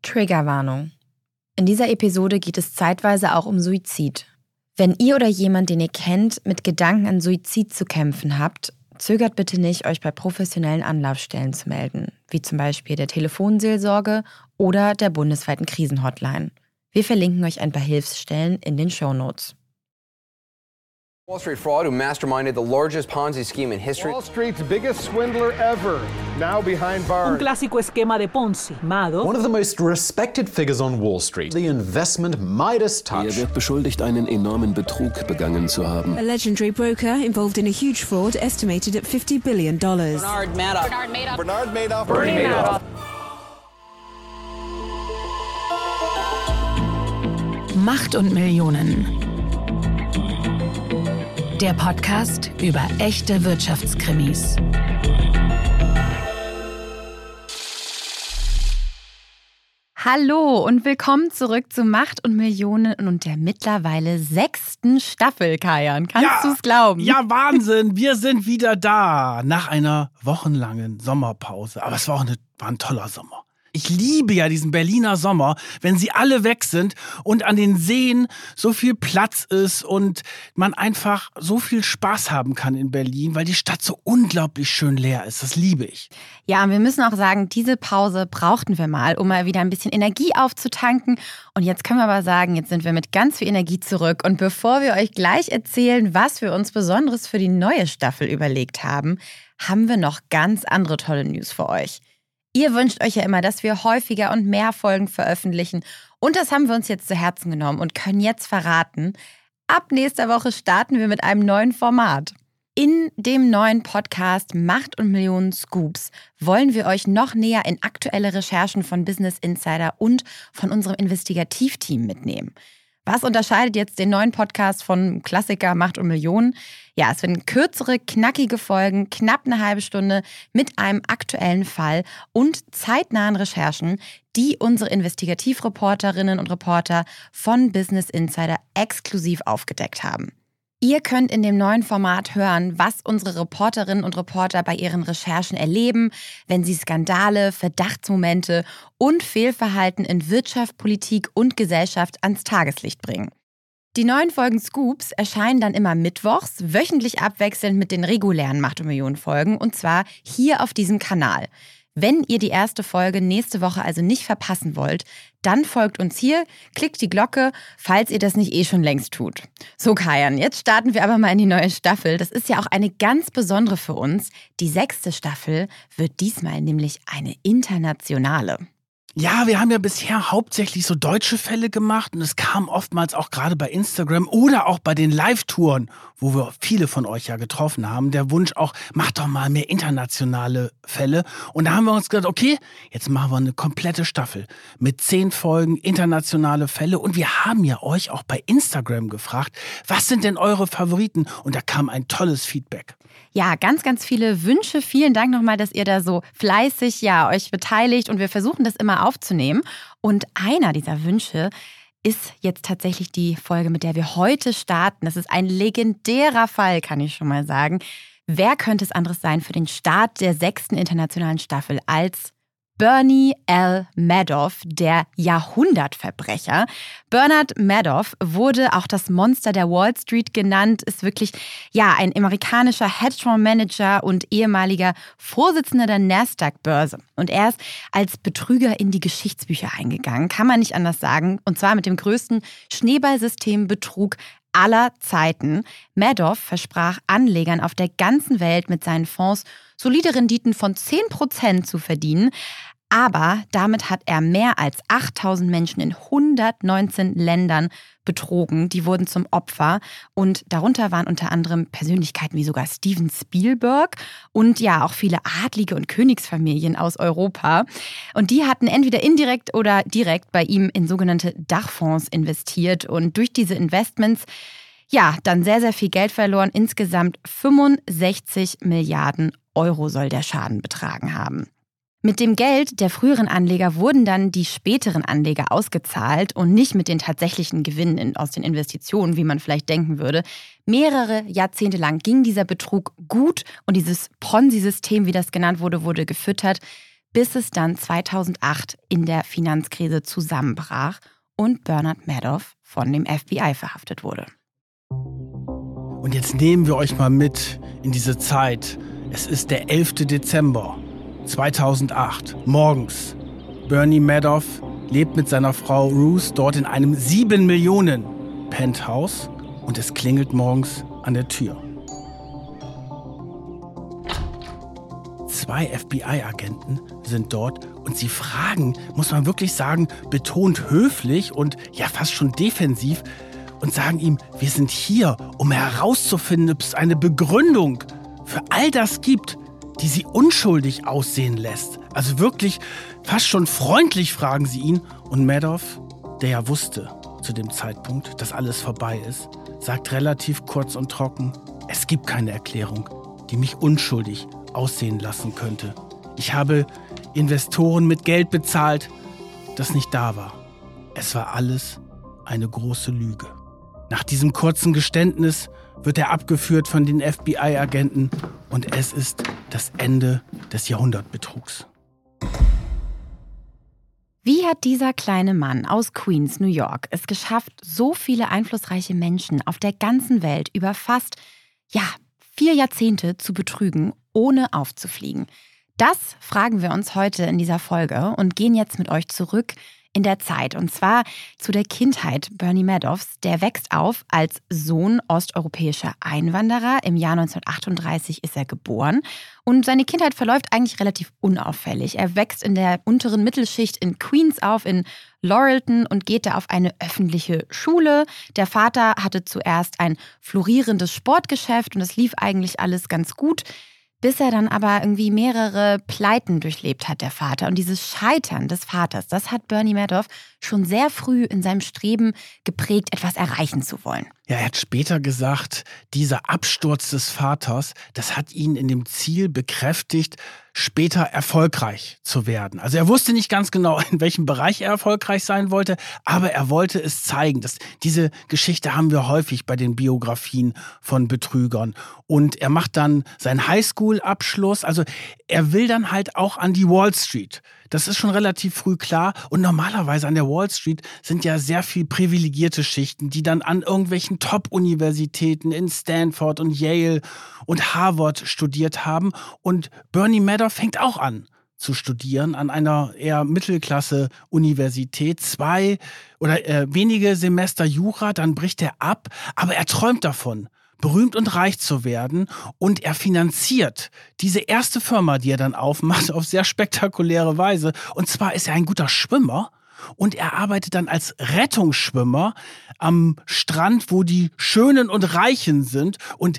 Triggerwarnung. In dieser Episode geht es zeitweise auch um Suizid. Wenn ihr oder jemand, den ihr kennt, mit Gedanken an Suizid zu kämpfen habt, zögert bitte nicht, euch bei professionellen Anlaufstellen zu melden, wie zum Beispiel der Telefonseelsorge oder der bundesweiten Krisenhotline. Wir verlinken euch ein paar Hilfsstellen in den Shownotes. Wall Street fraud who masterminded the largest Ponzi scheme in history. Wall Street's biggest swindler ever, now behind bars. Un clásico esquema de Ponzi. Madoff. One of the most respected figures on Wall Street, the investment Midas touch. Er wird beschuldigt, einen enormen Betrug begangen zu haben. A legendary broker involved in a huge fraud estimated at $50 billion. Bernard Madoff. Bernard Madoff. Bernie Madoff. Macht und Millionen. Der Podcast über echte Wirtschaftskrimis. Hallo und willkommen zurück zu Macht und Millionen und der mittlerweile 6. Staffel, Kajan. Kannst du es glauben? Ja, Wahnsinn. Wir sind wieder da nach einer wochenlangen Sommerpause. Aber es war ein toller Sommer. Ich liebe ja diesen Berliner Sommer, wenn sie alle weg sind und an den Seen so viel Platz ist und man einfach so viel Spaß haben kann in Berlin, weil die Stadt so unglaublich schön leer ist. Das liebe ich. Ja, und wir müssen auch sagen, diese Pause brauchten wir mal, um mal wieder ein bisschen Energie aufzutanken. Und jetzt können wir aber sagen, jetzt sind wir mit ganz viel Energie zurück. Und bevor wir euch gleich erzählen, was wir uns Besonderes für die neue Staffel überlegt haben, haben wir noch ganz andere tolle News für euch. Ihr wünscht euch ja immer, dass wir häufiger und mehr Folgen veröffentlichen. Und das haben wir uns jetzt zu Herzen genommen und können jetzt verraten, ab nächster Woche starten wir mit einem neuen Format. In dem neuen Podcast Macht und Millionen Scoops wollen wir euch noch näher in aktuelle Recherchen von Business Insider und von unserem Investigativteam mitnehmen. Was unterscheidet jetzt den neuen Podcast von Klassiker Macht und Millionen? Ja, es werden kürzere, knackige Folgen, knapp eine halbe Stunde mit einem aktuellen Fall und zeitnahen Recherchen, die unsere Investigativreporterinnen und Reporter von Business Insider exklusiv aufgedeckt haben. Ihr könnt in dem neuen Format hören, was unsere Reporterinnen und Reporter bei ihren Recherchen erleben, wenn sie Skandale, Verdachtsmomente und Fehlverhalten in Wirtschaft, Politik und Gesellschaft ans Tageslicht bringen. Die neuen Folgen Scoops erscheinen dann immer mittwochs, wöchentlich abwechselnd mit den regulären Macht und Millionen Folgen und zwar hier auf diesem Kanal. Wenn ihr die erste Folge nächste Woche also nicht verpassen wollt, dann folgt uns hier, klickt die Glocke, falls ihr das nicht schon längst tut. So, Kajan, jetzt starten wir aber mal in die neue Staffel. Das ist ja auch eine ganz besondere für uns. Die 6. Staffel wird diesmal nämlich eine internationale. Ja, wir haben ja bisher hauptsächlich so deutsche Fälle gemacht und es kam oftmals auch gerade bei Instagram oder auch bei den Live-Touren, wo wir viele von euch ja getroffen haben, der Wunsch auch, macht doch mal mehr internationale Fälle. Und da haben wir uns gedacht, okay, jetzt machen wir eine komplette Staffel mit 10 Folgen internationale Fälle und wir haben ja euch auch bei Instagram gefragt, was sind denn eure Favoriten? Und da kam ein tolles Feedback. Ja, ganz, ganz viele Wünsche. Vielen Dank nochmal, dass ihr da so fleißig euch beteiligt und wir versuchen das immer aufzunehmen. Und einer dieser Wünsche ist jetzt tatsächlich die Folge, mit der wir heute starten. Das ist ein legendärer Fall, kann ich schon mal sagen. Wer könnte es anderes sein für den Start der 6. internationalen Staffel als Bernie L. Madoff, der Jahrhundertverbrecher. Bernard Madoff wurde auch das Monster der Wall Street genannt, ist wirklich ein amerikanischer Hedgefondsmanager und ehemaliger Vorsitzender der Nasdaq-Börse. Und er ist als Betrüger in die Geschichtsbücher eingegangen, kann man nicht anders sagen, und zwar mit dem größten Schneeballsystembetrug aller Zeiten. Madoff versprach Anlegern auf der ganzen Welt mit seinen Fonds solide Renditen von 10% zu verdienen. Aber damit hat er mehr als 8.000 Menschen in 119 Ländern betrogen. Die wurden zum Opfer. Und darunter waren unter anderem Persönlichkeiten wie sogar Steven Spielberg und auch viele Adlige und Königsfamilien aus Europa. Und die hatten entweder indirekt oder direkt bei ihm in sogenannte Dachfonds investiert. Und durch diese Investments dann sehr, sehr viel Geld verloren. Insgesamt 65 Milliarden Euro soll der Schaden betragen haben. Mit dem Geld der früheren Anleger wurden dann die späteren Anleger ausgezahlt und nicht mit den tatsächlichen Gewinnen aus den Investitionen, wie man vielleicht denken würde. Mehrere Jahrzehnte lang ging dieser Betrug gut und dieses Ponzi-System, wie das genannt wurde, wurde gefüttert, bis es dann 2008 in der Finanzkrise zusammenbrach und Bernard Madoff von dem FBI verhaftet wurde. Und jetzt nehmen wir euch mal mit in diese Zeit. Es ist der 11. Dezember 2008, morgens. Bernie Madoff lebt mit seiner Frau Ruth dort in einem 7 Millionen Penthouse und es klingelt morgens an der Tür. 2 FBI-Agenten sind dort und sie fragen, muss man wirklich sagen, betont höflich und ja fast schon defensiv und sagen ihm, wir sind hier, um herauszufinden, ob es eine Begründung für all das gibt, die sie unschuldig aussehen lässt. Also wirklich fast schon freundlich fragen sie ihn. Und Madoff, der ja wusste zu dem Zeitpunkt, dass alles vorbei ist, sagt relativ kurz und trocken, es gibt keine Erklärung, die mich unschuldig aussehen lassen könnte. Ich habe Investoren mit Geld bezahlt, das nicht da war. Es war alles eine große Lüge. Nach diesem kurzen Geständnis wird er abgeführt von den FBI-Agenten und es ist das Ende des Jahrhundertbetrugs. Wie hat dieser kleine Mann aus Queens, New York, es geschafft, so viele einflussreiche Menschen auf der ganzen Welt über fast 4 Jahrzehnte zu betrügen, ohne aufzufliegen? Das fragen wir uns heute in dieser Folge und gehen jetzt mit euch zurück in der Zeit. Und zwar zu der Kindheit Bernie Madoffs. Der wächst auf als Sohn osteuropäischer Einwanderer. Im Jahr 1938 ist er geboren. Und seine Kindheit verläuft eigentlich relativ unauffällig. Er wächst in der unteren Mittelschicht in Queens auf, in Laurelton, und geht da auf eine öffentliche Schule. Der Vater hatte zuerst ein florierendes Sportgeschäft und es lief eigentlich alles ganz gut. Bis er dann aber irgendwie mehrere Pleiten durchlebt hat, der Vater. Und dieses Scheitern des Vaters, das hat Bernie Madoff schon sehr früh in seinem Streben geprägt, etwas erreichen zu wollen. Ja, er hat später gesagt, dieser Absturz des Vaters, das hat ihn in dem Ziel bekräftigt, später erfolgreich zu werden. Also er wusste nicht ganz genau, in welchem Bereich er erfolgreich sein wollte, aber er wollte es zeigen. Diese Geschichte haben wir häufig bei den Biografien von Betrügern. Und er macht dann seinen Highschool-Abschluss. Also er will dann halt auch an die Wall Street. Das ist schon relativ früh klar. Und normalerweise an der Wall Street sind ja sehr viel privilegierte Schichten, die dann an irgendwelchen Top-Universitäten in Stanford und Yale und Harvard studiert haben. Und Bernie Madoff fängt auch an zu studieren an einer eher Mittelklasse-Universität. 2 oder wenige Semester Jura, dann bricht er ab. Aber er träumt davon, berühmt und reich zu werden, und er finanziert diese erste Firma, die er dann aufmacht, auf sehr spektakuläre Weise. Und zwar ist er ein guter Schwimmer und er arbeitet dann als Rettungsschwimmer am Strand, wo die Schönen und Reichen sind. Und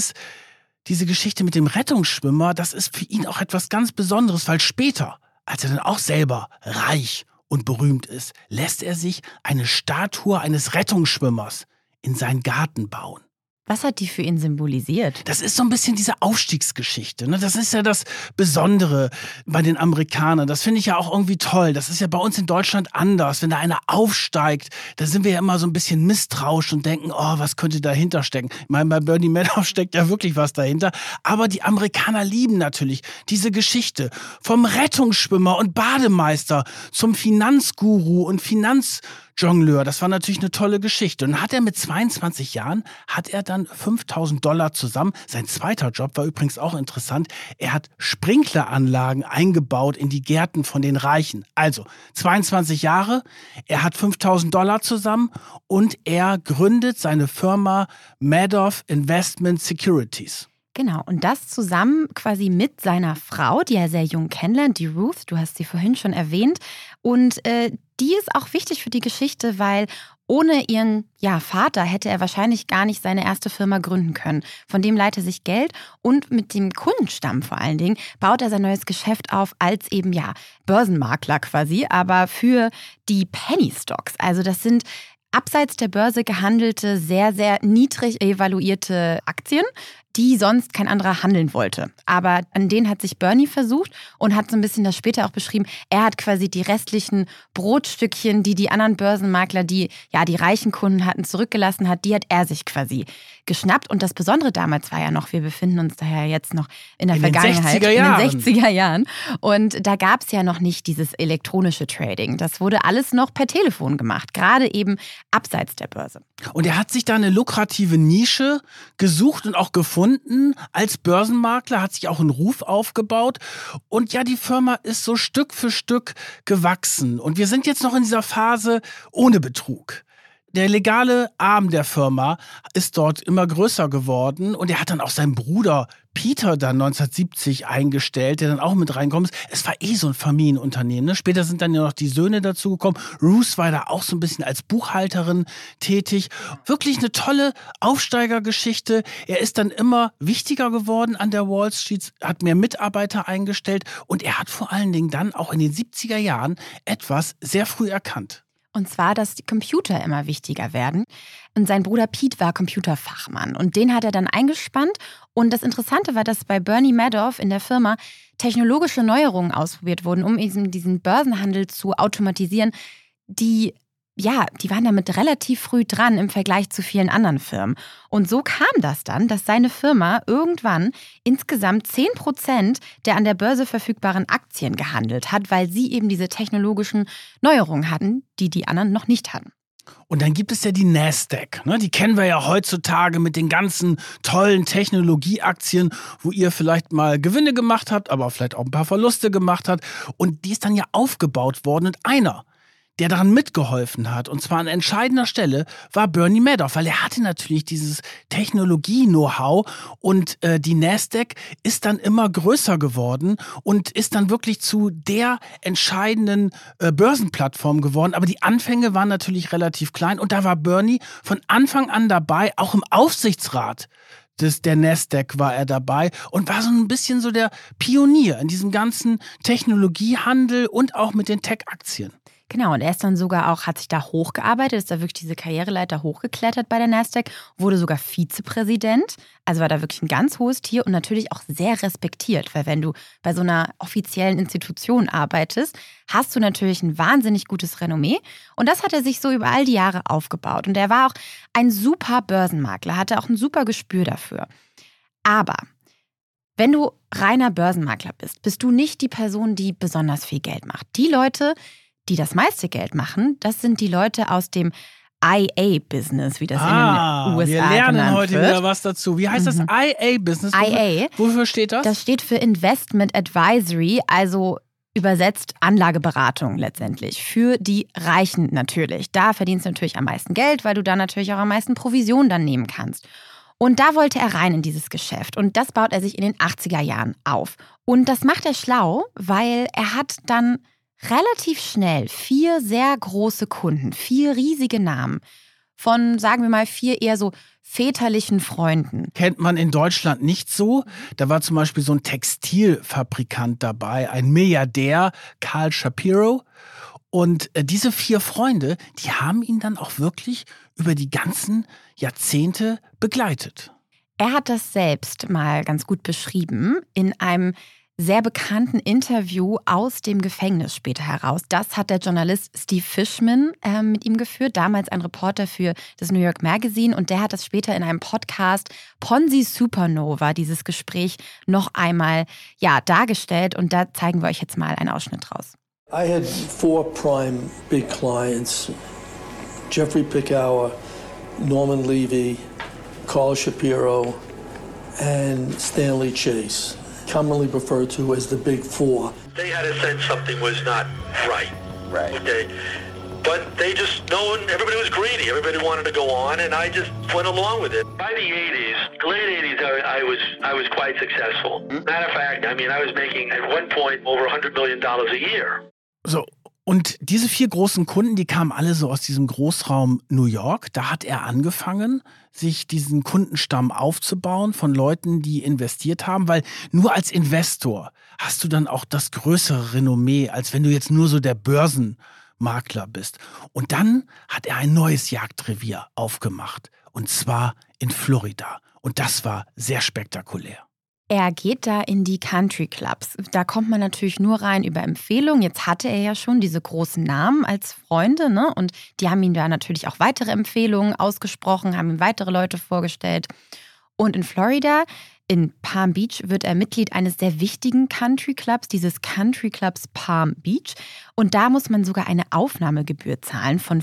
diese Geschichte mit dem Rettungsschwimmer, das ist für ihn auch etwas ganz Besonderes, weil später, als er dann auch selber reich und berühmt ist, lässt er sich eine Statue eines Rettungsschwimmers in seinen Garten bauen. Was hat die für ihn symbolisiert? Das ist so ein bisschen diese Aufstiegsgeschichte, ne? Das ist ja das Besondere bei den Amerikanern. Das finde ich ja auch irgendwie toll. Das ist ja bei uns in Deutschland anders. Wenn da einer aufsteigt, da sind wir ja immer so ein bisschen misstrauisch und denken, oh, was könnte dahinter stecken? Ich meine, bei Bernie Madoff steckt ja wirklich was dahinter. Aber die Amerikaner lieben natürlich diese Geschichte. Vom Rettungsschwimmer und Bademeister zum Finanzguru und Finanzjongleur. Das war natürlich eine tolle Geschichte. Und hat er mit 22 Jahren, hat er dann $5.000 zusammen. Sein zweiter Job war übrigens auch interessant. Er hat Sprinkleranlagen eingebaut in die Gärten von den Reichen. Also 22 Jahre, er hat $5.000 zusammen und er gründet seine Firma Madoff Investment Securities. Genau, und das zusammen quasi mit seiner Frau, die er sehr jung kennenlernt, die Ruth, du hast sie vorhin schon erwähnt. Und die ist auch wichtig für die Geschichte, weil ohne ihren Vater hätte er wahrscheinlich gar nicht seine erste Firma gründen können. Von dem leiht er sich Geld und mit dem Kundenstamm vor allen Dingen baut er sein neues Geschäft auf als eben Börsenmakler quasi, aber für die Penny Stocks. Also das sind abseits der Börse gehandelte, sehr, sehr niedrig evaluierte Aktien, die sonst kein anderer handeln wollte. Aber an denen hat sich Bernie versucht und hat so ein bisschen das später auch beschrieben. Er hat quasi die restlichen Brotstückchen, die anderen Börsenmakler, die ja die reichen Kunden hatten, zurückgelassen hat, die hat er sich quasi geschnappt. Und das Besondere damals war ja noch, wir befinden uns daher jetzt noch in der Vergangenheit, in den 60er Jahren. Und da gab es ja noch nicht dieses elektronische Trading. Das wurde alles noch per Telefon gemacht, gerade eben abseits der Börse. Und er hat sich da eine lukrative Nische gesucht und auch gefunden als Börsenmakler, hat sich auch einen Ruf aufgebaut. Und ja, die Firma ist so Stück für Stück gewachsen. Und wir sind jetzt noch in dieser Phase ohne Betrug. Der legale Arm der Firma ist dort immer größer geworden und er hat dann auch seinen Bruder Peter dann 1970 eingestellt, der dann auch mit reinkommt. Es war so ein Familienunternehmen. Ne? Später sind dann ja noch die Söhne dazugekommen. Ruth war da auch so ein bisschen als Buchhalterin tätig. Wirklich eine tolle Aufsteigergeschichte. Er ist dann immer wichtiger geworden an der Wall Street, hat mehr Mitarbeiter eingestellt und er hat vor allen Dingen dann auch in den 70er Jahren etwas sehr früh erkannt. Und zwar, dass die Computer immer wichtiger werden. Und sein Bruder Pete war Computerfachmann. Und den hat er dann eingespannt. Und das Interessante war, dass bei Bernie Madoff in der Firma technologische Neuerungen ausprobiert wurden, um eben diesen Börsenhandel zu automatisieren, die waren damit relativ früh dran im Vergleich zu vielen anderen Firmen. Und so kam das dann, dass seine Firma irgendwann insgesamt 10% der an der Börse verfügbaren Aktien gehandelt hat, weil sie eben diese technologischen Neuerungen hatten, die die anderen noch nicht hatten. Und dann gibt es ja die Nasdaq, ne? Die kennen wir ja heutzutage mit den ganzen tollen Technologieaktien, wo ihr vielleicht mal Gewinne gemacht habt, aber vielleicht auch ein paar Verluste gemacht habt. Und die ist dann ja aufgebaut worden und einer, der daran mitgeholfen hat, und zwar an entscheidender Stelle, war Bernie Madoff, weil er hatte natürlich dieses Technologie-Know-how und die Nasdaq ist dann immer größer geworden und ist dann wirklich zu der entscheidenden Börsenplattform geworden. Aber die Anfänge waren natürlich relativ klein und da war Bernie von Anfang an dabei, auch im Aufsichtsrat der Nasdaq war er dabei und war so ein bisschen so der Pionier in diesem ganzen Technologiehandel und auch mit den Tech-Aktien. Genau, und er ist dann sogar auch, hat sich da hochgearbeitet, ist da wirklich diese Karriereleiter hochgeklettert bei der Nasdaq, wurde sogar Vizepräsident, also war da wirklich ein ganz hohes Tier und natürlich auch sehr respektiert, weil wenn du bei so einer offiziellen Institution arbeitest, hast du natürlich ein wahnsinnig gutes Renommee und das hat er sich so über all die Jahre aufgebaut und er war auch ein super Börsenmakler, hatte auch ein super Gespür dafür. Aber wenn du reiner Börsenmakler bist du nicht die Person, die besonders viel Geld macht. Die Leute, die das meiste Geld machen, das sind die Leute aus dem IA-Business, wie das in den USA wir lernen genannt heute wird. Wieder was dazu. Wie heißt das IA-Business? IA. Wofür steht das? Das steht für Investment Advisory, also übersetzt Anlageberatung letztendlich. Für die Reichen natürlich. Da verdienst du natürlich am meisten Geld, weil du da natürlich auch am meisten Provision dann nehmen kannst. Und da wollte er rein in dieses Geschäft. Und das baut er sich in den 80er Jahren auf. Und das macht er schlau, weil er hat dann relativ schnell 4 sehr große Kunden, 4 riesige Namen von, sagen wir mal, 4 eher so väterlichen Freunden. Kennt man in Deutschland nicht so. Da war zum Beispiel so ein Textilfabrikant dabei, ein Milliardär, Carl Shapiro. Und diese 4 Freunde, die haben ihn dann auch wirklich über die ganzen Jahrzehnte begleitet. Er hat das selbst mal ganz gut beschrieben in einem sehr bekannten Interview aus dem Gefängnis später heraus. Das hat der Journalist Steve Fishman mit ihm geführt, damals ein Reporter für das New York Magazine. Und der hat das später in einem Podcast Ponzi Supernova, dieses Gespräch, noch einmal dargestellt. Und da zeigen wir euch jetzt mal einen Ausschnitt draus. I had 4 prime big clients, Jeffrey Picower, Norman Levy, Carl Shapiro, and Stanley Chase, commonly referred to as the Big Four. They had a sense something was not right. Right. Okay. But they just everybody was greedy. Everybody wanted to go on, and I just went along with it. By the 80s, late 80s, I was quite successful. Matter of fact, I was making at one point over $100 million a year. So. Und diese 4 großen Kunden, die kamen alle so aus diesem Großraum New York. Da hat er angefangen, sich diesen Kundenstamm aufzubauen von Leuten, die investiert haben, weil nur als Investor hast du dann auch das größere Renommee, als wenn du jetzt nur so der Börsenmakler bist. Und dann hat er ein neues Jagdrevier aufgemacht, und zwar in Florida. Und das war sehr spektakulär. Er geht da in die Country Clubs. Da kommt man natürlich nur rein über Empfehlungen. Jetzt hatte er ja schon diese großen Namen als Freunde, ne? Und die haben ihm da natürlich auch weitere Empfehlungen ausgesprochen, haben ihm weitere Leute vorgestellt. Und in Florida, in Palm Beach, wird er Mitglied eines sehr wichtigen Country Clubs, dieses Country Clubs Palm Beach. Und da muss man sogar eine Aufnahmegebühr zahlen von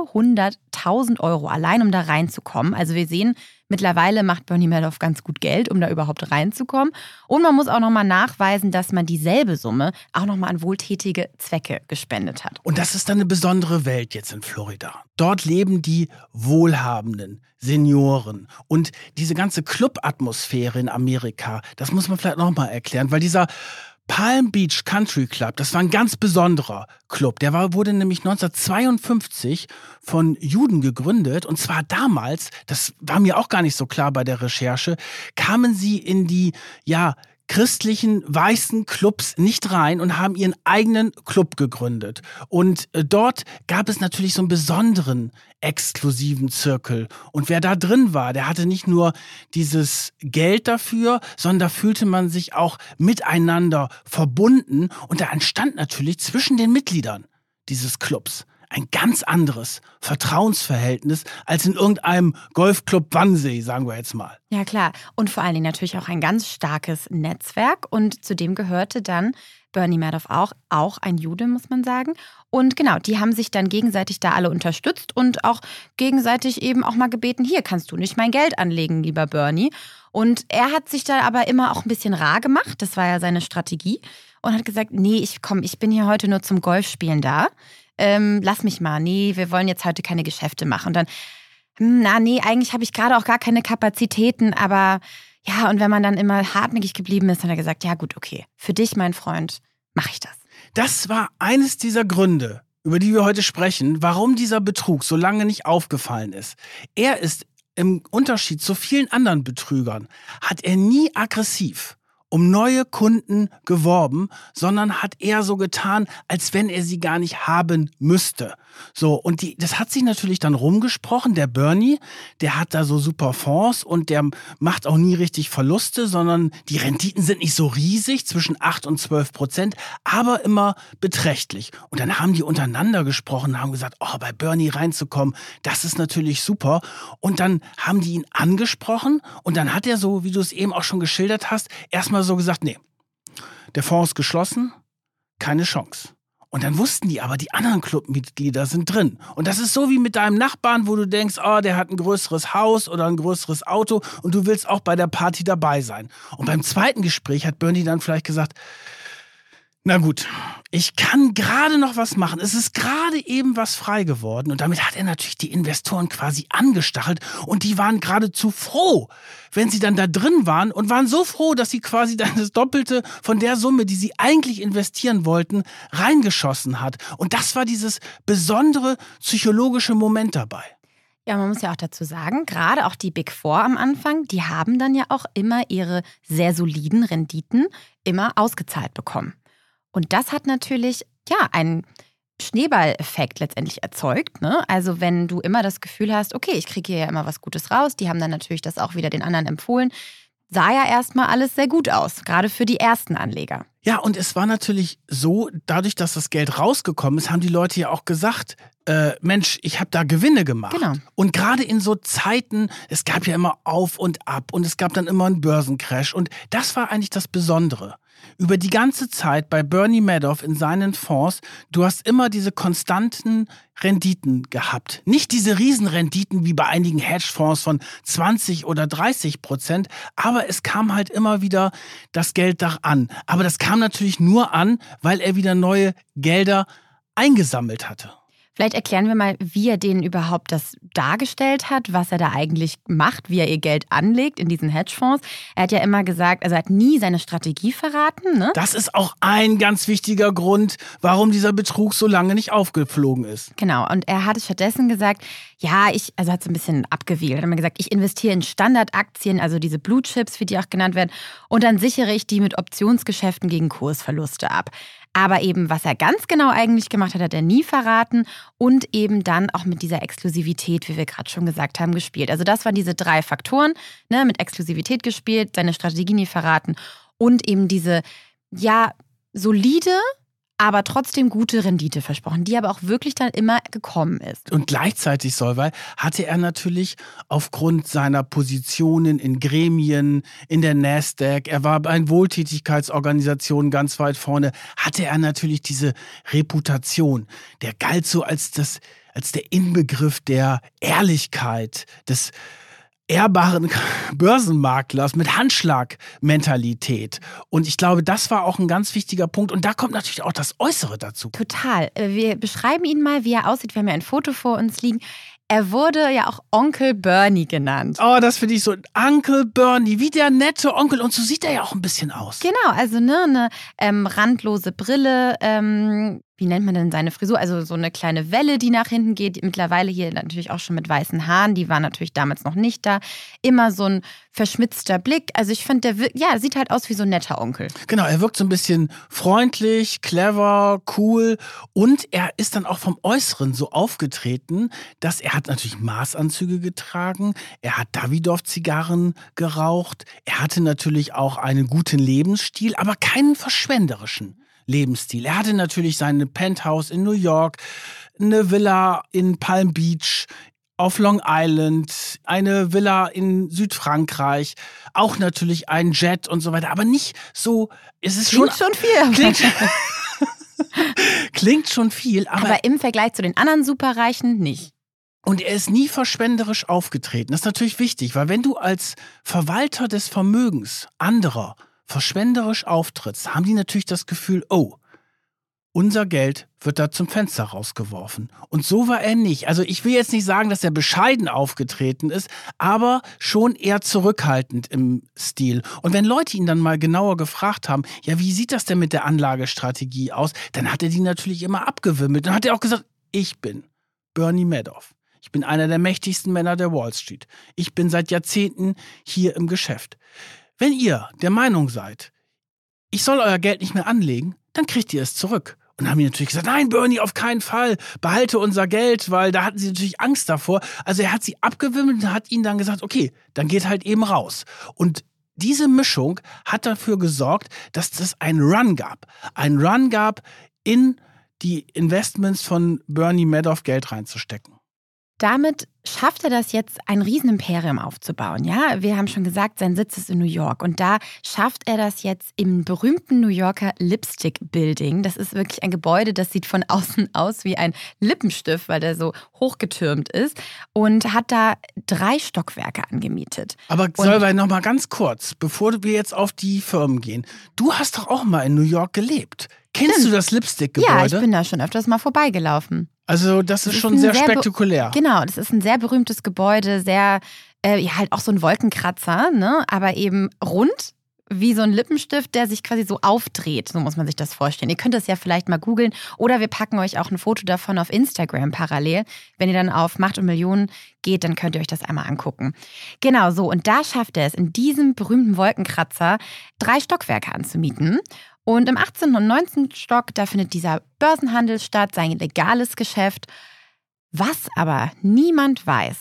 400.000 € allein, um da reinzukommen. Also wir sehen, mittlerweile macht Bernie Madoff ganz gut Geld, um da überhaupt reinzukommen. Und man muss auch nochmal nachweisen, dass man dieselbe Summe auch nochmal an wohltätige Zwecke gespendet hat. Und das ist dann eine besondere Welt jetzt in Florida. Dort leben die Wohlhabenden, Senioren. Und diese ganze Club-Atmosphäre in Amerika, das muss man vielleicht nochmal erklären, weil dieser Palm Beach Country Club, das war ein ganz besonderer Club. Der wurde nämlich 1952 von Juden gegründet. Und zwar damals, das war mir auch gar nicht so klar bei der Recherche, kamen sie in die, christlichen, weißen Clubs nicht rein und haben ihren eigenen Club gegründet. Und dort gab es natürlich so einen besonderen, exklusiven Zirkel. Und wer da drin war, der hatte nicht nur dieses Geld dafür, sondern da fühlte man sich auch miteinander verbunden. Und da entstand natürlich zwischen den Mitgliedern dieses Clubs ein ganz anderes Vertrauensverhältnis als in irgendeinem Golfclub Wannsee, sagen wir jetzt mal. Ja, klar. Und vor allen Dingen natürlich auch ein ganz starkes Netzwerk. Und zu dem gehörte dann Bernie Madoff auch ein Jude, muss man sagen. Und genau, die haben sich dann gegenseitig da alle unterstützt und auch gegenseitig eben auch mal gebeten, hier kannst du nicht mein Geld anlegen, lieber Bernie. Und er hat sich da aber immer auch ein bisschen rar gemacht, das war ja seine Strategie, und hat gesagt, nee, ich bin hier heute nur zum Golfspielen da. Lass mich mal, nee, wir wollen jetzt heute keine Geschäfte machen. Und dann, eigentlich habe ich gerade auch gar keine Kapazitäten, aber ja, und wenn man dann immer hartnäckig geblieben ist, hat er gesagt, ja gut, okay, für dich, mein Freund, mache ich das. Das war eines dieser Gründe, über die wir heute sprechen, warum dieser Betrug so lange nicht aufgefallen ist. Er ist im Unterschied zu vielen anderen Betrügern, hat er nie aggressiv um neue Kunden geworben, sondern hat eher so getan, als wenn er sie gar nicht haben müsste. So, und das hat sich natürlich dann rumgesprochen. Der Bernie, der hat da so super Fonds und der macht auch nie richtig Verluste, sondern die Renditen sind nicht so riesig, zwischen 8 und 12%, aber immer beträchtlich. Und dann haben die untereinander gesprochen, haben gesagt, bei Bernie reinzukommen, das ist natürlich super. Und dann haben die ihn angesprochen und dann hat er so, wie du es eben auch schon geschildert hast, erstmal so gesagt, nee, der Fonds ist geschlossen, keine Chance. Und dann wussten die aber, die anderen Clubmitglieder sind drin. Und das ist so wie mit deinem Nachbarn, wo du denkst, der hat ein größeres Haus oder ein größeres Auto und du willst auch bei der Party dabei sein. Und beim zweiten Gespräch hat Bernie dann vielleicht gesagt, na gut, ich kann gerade noch was machen. Es ist gerade eben was frei geworden. Und damit hat er natürlich die Investoren quasi angestachelt. Und die waren geradezu froh, wenn sie dann da drin waren und waren so froh, dass sie quasi dann das Doppelte von der Summe, die sie eigentlich investieren wollten, reingeschossen hat. Und das war dieses besondere psychologische Moment dabei. Ja, man muss ja auch dazu sagen, gerade auch die Big Four am Anfang, die haben dann ja auch immer ihre sehr soliden Renditen immer ausgezahlt bekommen. Und das hat natürlich, einen Schneeballeffekt letztendlich erzeugt, ne? Also wenn du immer das Gefühl hast, okay, ich kriege hier ja immer was Gutes raus, die haben dann natürlich das auch wieder den anderen empfohlen, sah ja erstmal alles sehr gut aus, gerade für die ersten Anleger. Ja, und es war natürlich so, dadurch, dass das Geld rausgekommen ist, haben die Leute ja auch gesagt, Mensch, ich habe da Gewinne gemacht. Genau. Und gerade in so Zeiten, es gab ja immer Auf und Ab und es gab dann immer einen Börsencrash. Und das war eigentlich das Besondere. Über die ganze Zeit bei Bernie Madoff in seinen Fonds, du hast immer diese konstanten Renditen gehabt. Nicht diese Riesenrenditen wie bei einigen Hedgefonds von 20 oder 30%, aber es kam halt immer wieder das Geld da an. Aber das kam natürlich nur an, weil er wieder neue Gelder eingesammelt hatte. Vielleicht erklären wir mal, wie er denen überhaupt das dargestellt hat, was er da eigentlich macht, wie er ihr Geld anlegt in diesen Hedgefonds. Er hat ja immer gesagt, also er hat nie seine Strategie verraten, ne? Das ist auch ein ganz wichtiger Grund, warum dieser Betrug so lange nicht aufgeflogen ist. Genau, und er hat stattdessen gesagt, hat so ein bisschen abgewiegelt. Er hat immer gesagt, ich investiere in Standardaktien, also diese Blue Chips, wie die auch genannt werden, und dann sichere ich die mit Optionsgeschäften gegen Kursverluste ab. Aber eben, was er ganz genau eigentlich gemacht hat, hat er nie verraten und eben dann auch mit dieser Exklusivität, wie wir gerade schon gesagt haben, gespielt. Also das waren diese 3 Faktoren, ne, mit Exklusivität gespielt, seine Strategie nie verraten und eben diese, ja, solide, aber trotzdem gute Rendite versprochen, die aber auch wirklich dann immer gekommen ist. Und gleichzeitig, Solveig, hatte er natürlich aufgrund seiner Positionen in Gremien, in der Nasdaq, er war bei Wohltätigkeitsorganisationen ganz weit vorne, hatte er natürlich diese Reputation. Der galt so als der Inbegriff der Ehrlichkeit, des ehrbaren Börsenmaklers mit Handschlagmentalität. Und ich glaube, das war auch ein ganz wichtiger Punkt. Und da kommt natürlich auch das Äußere dazu. Total. Wir beschreiben ihn mal, wie er aussieht. Wir haben ja ein Foto vor uns liegen. Er wurde ja auch Onkel Bernie genannt. Oh, das finde ich so. Onkel Bernie, wie der nette Onkel. Und so sieht er ja auch ein bisschen aus. Genau, also eine randlose Brille. Wie nennt man denn seine Frisur? Also so eine kleine Welle, die nach hinten geht. Mittlerweile hier natürlich auch schon mit weißen Haaren. Die waren natürlich damals noch nicht da. Immer so ein verschmitzter Blick. Also ich finde, der sieht halt aus wie so ein netter Onkel. Genau, er wirkt so ein bisschen freundlich, clever, cool. Und er ist dann auch vom Äußeren so aufgetreten, dass er hat natürlich Maßanzüge getragen. Er hat Davidoff-Zigarren geraucht. Er hatte natürlich auch einen guten Lebensstil, aber keinen verschwenderischen Lebensstil. Er hatte natürlich seine Penthouse in New York, eine Villa in Palm Beach, auf Long Island, eine Villa in Südfrankreich, auch natürlich ein Jet und so weiter, aber nicht so, es ist klingt schon viel. Klingt schon viel, aber im Vergleich zu den anderen Superreichen nicht. Und er ist nie verschwenderisch aufgetreten. Das ist natürlich wichtig, weil wenn du als Verwalter des Vermögens anderer verschwenderisch auftrittst, haben die natürlich das Gefühl, oh, unser Geld wird da zum Fenster rausgeworfen. Und so war er nicht. Also ich will jetzt nicht sagen, dass er bescheiden aufgetreten ist, aber schon eher zurückhaltend im Stil. Und wenn Leute ihn dann mal genauer gefragt haben, ja, wie sieht das denn mit der Anlagestrategie aus, dann hat er die natürlich immer abgewimmelt. Dann hat er auch gesagt, ich bin Bernie Madoff. Ich bin einer der mächtigsten Männer der Wall Street. Ich bin seit Jahrzehnten hier im Geschäft. Wenn ihr der Meinung seid, ich soll euer Geld nicht mehr anlegen, dann kriegt ihr es zurück. Und dann haben die natürlich gesagt, nein, Bernie, auf keinen Fall, behalte unser Geld, weil da hatten sie natürlich Angst davor. Also er hat sie abgewimmelt und hat ihnen dann gesagt, okay, dann geht halt eben raus. Und diese Mischung hat dafür gesorgt, dass es einen Run gab. Einen Run gab, in die Investments von Bernie Madoff Geld reinzustecken. Damit schafft er das jetzt, ein Riesenimperium aufzubauen. Ja, wir haben schon gesagt, sein Sitz ist in New York. Und da schafft er das jetzt im berühmten New Yorker Lipstick Building. Das ist wirklich ein Gebäude, das sieht von außen aus wie ein Lippenstift, weil der so hochgetürmt ist. Und hat da 3 Stockwerke angemietet. Aber Solveig, noch mal ganz kurz, bevor wir jetzt auf die Firmen gehen. Du hast doch auch mal in New York gelebt. Kennst du das Lipstick-Gebäude? Ja, ich bin da schon öfters mal vorbeigelaufen. Also das ist schon sehr spektakulär. Genau, das ist ein sehr berühmtes Gebäude, sehr, halt auch so ein Wolkenkratzer, ne? Aber eben rund, wie so ein Lippenstift, der sich quasi so aufdreht. So muss man sich das vorstellen. Ihr könnt das ja vielleicht mal googeln oder wir packen euch auch ein Foto davon auf Instagram parallel. Wenn ihr dann auf Macht und Millionen geht, dann könnt ihr euch das einmal angucken. Genau so, und da schafft er es, in diesem berühmten Wolkenkratzer 3 Stockwerke anzumieten. Und im 18. und 19. Stock, da findet dieser Börsenhandel statt, sein legales Geschäft. Was aber niemand weiß,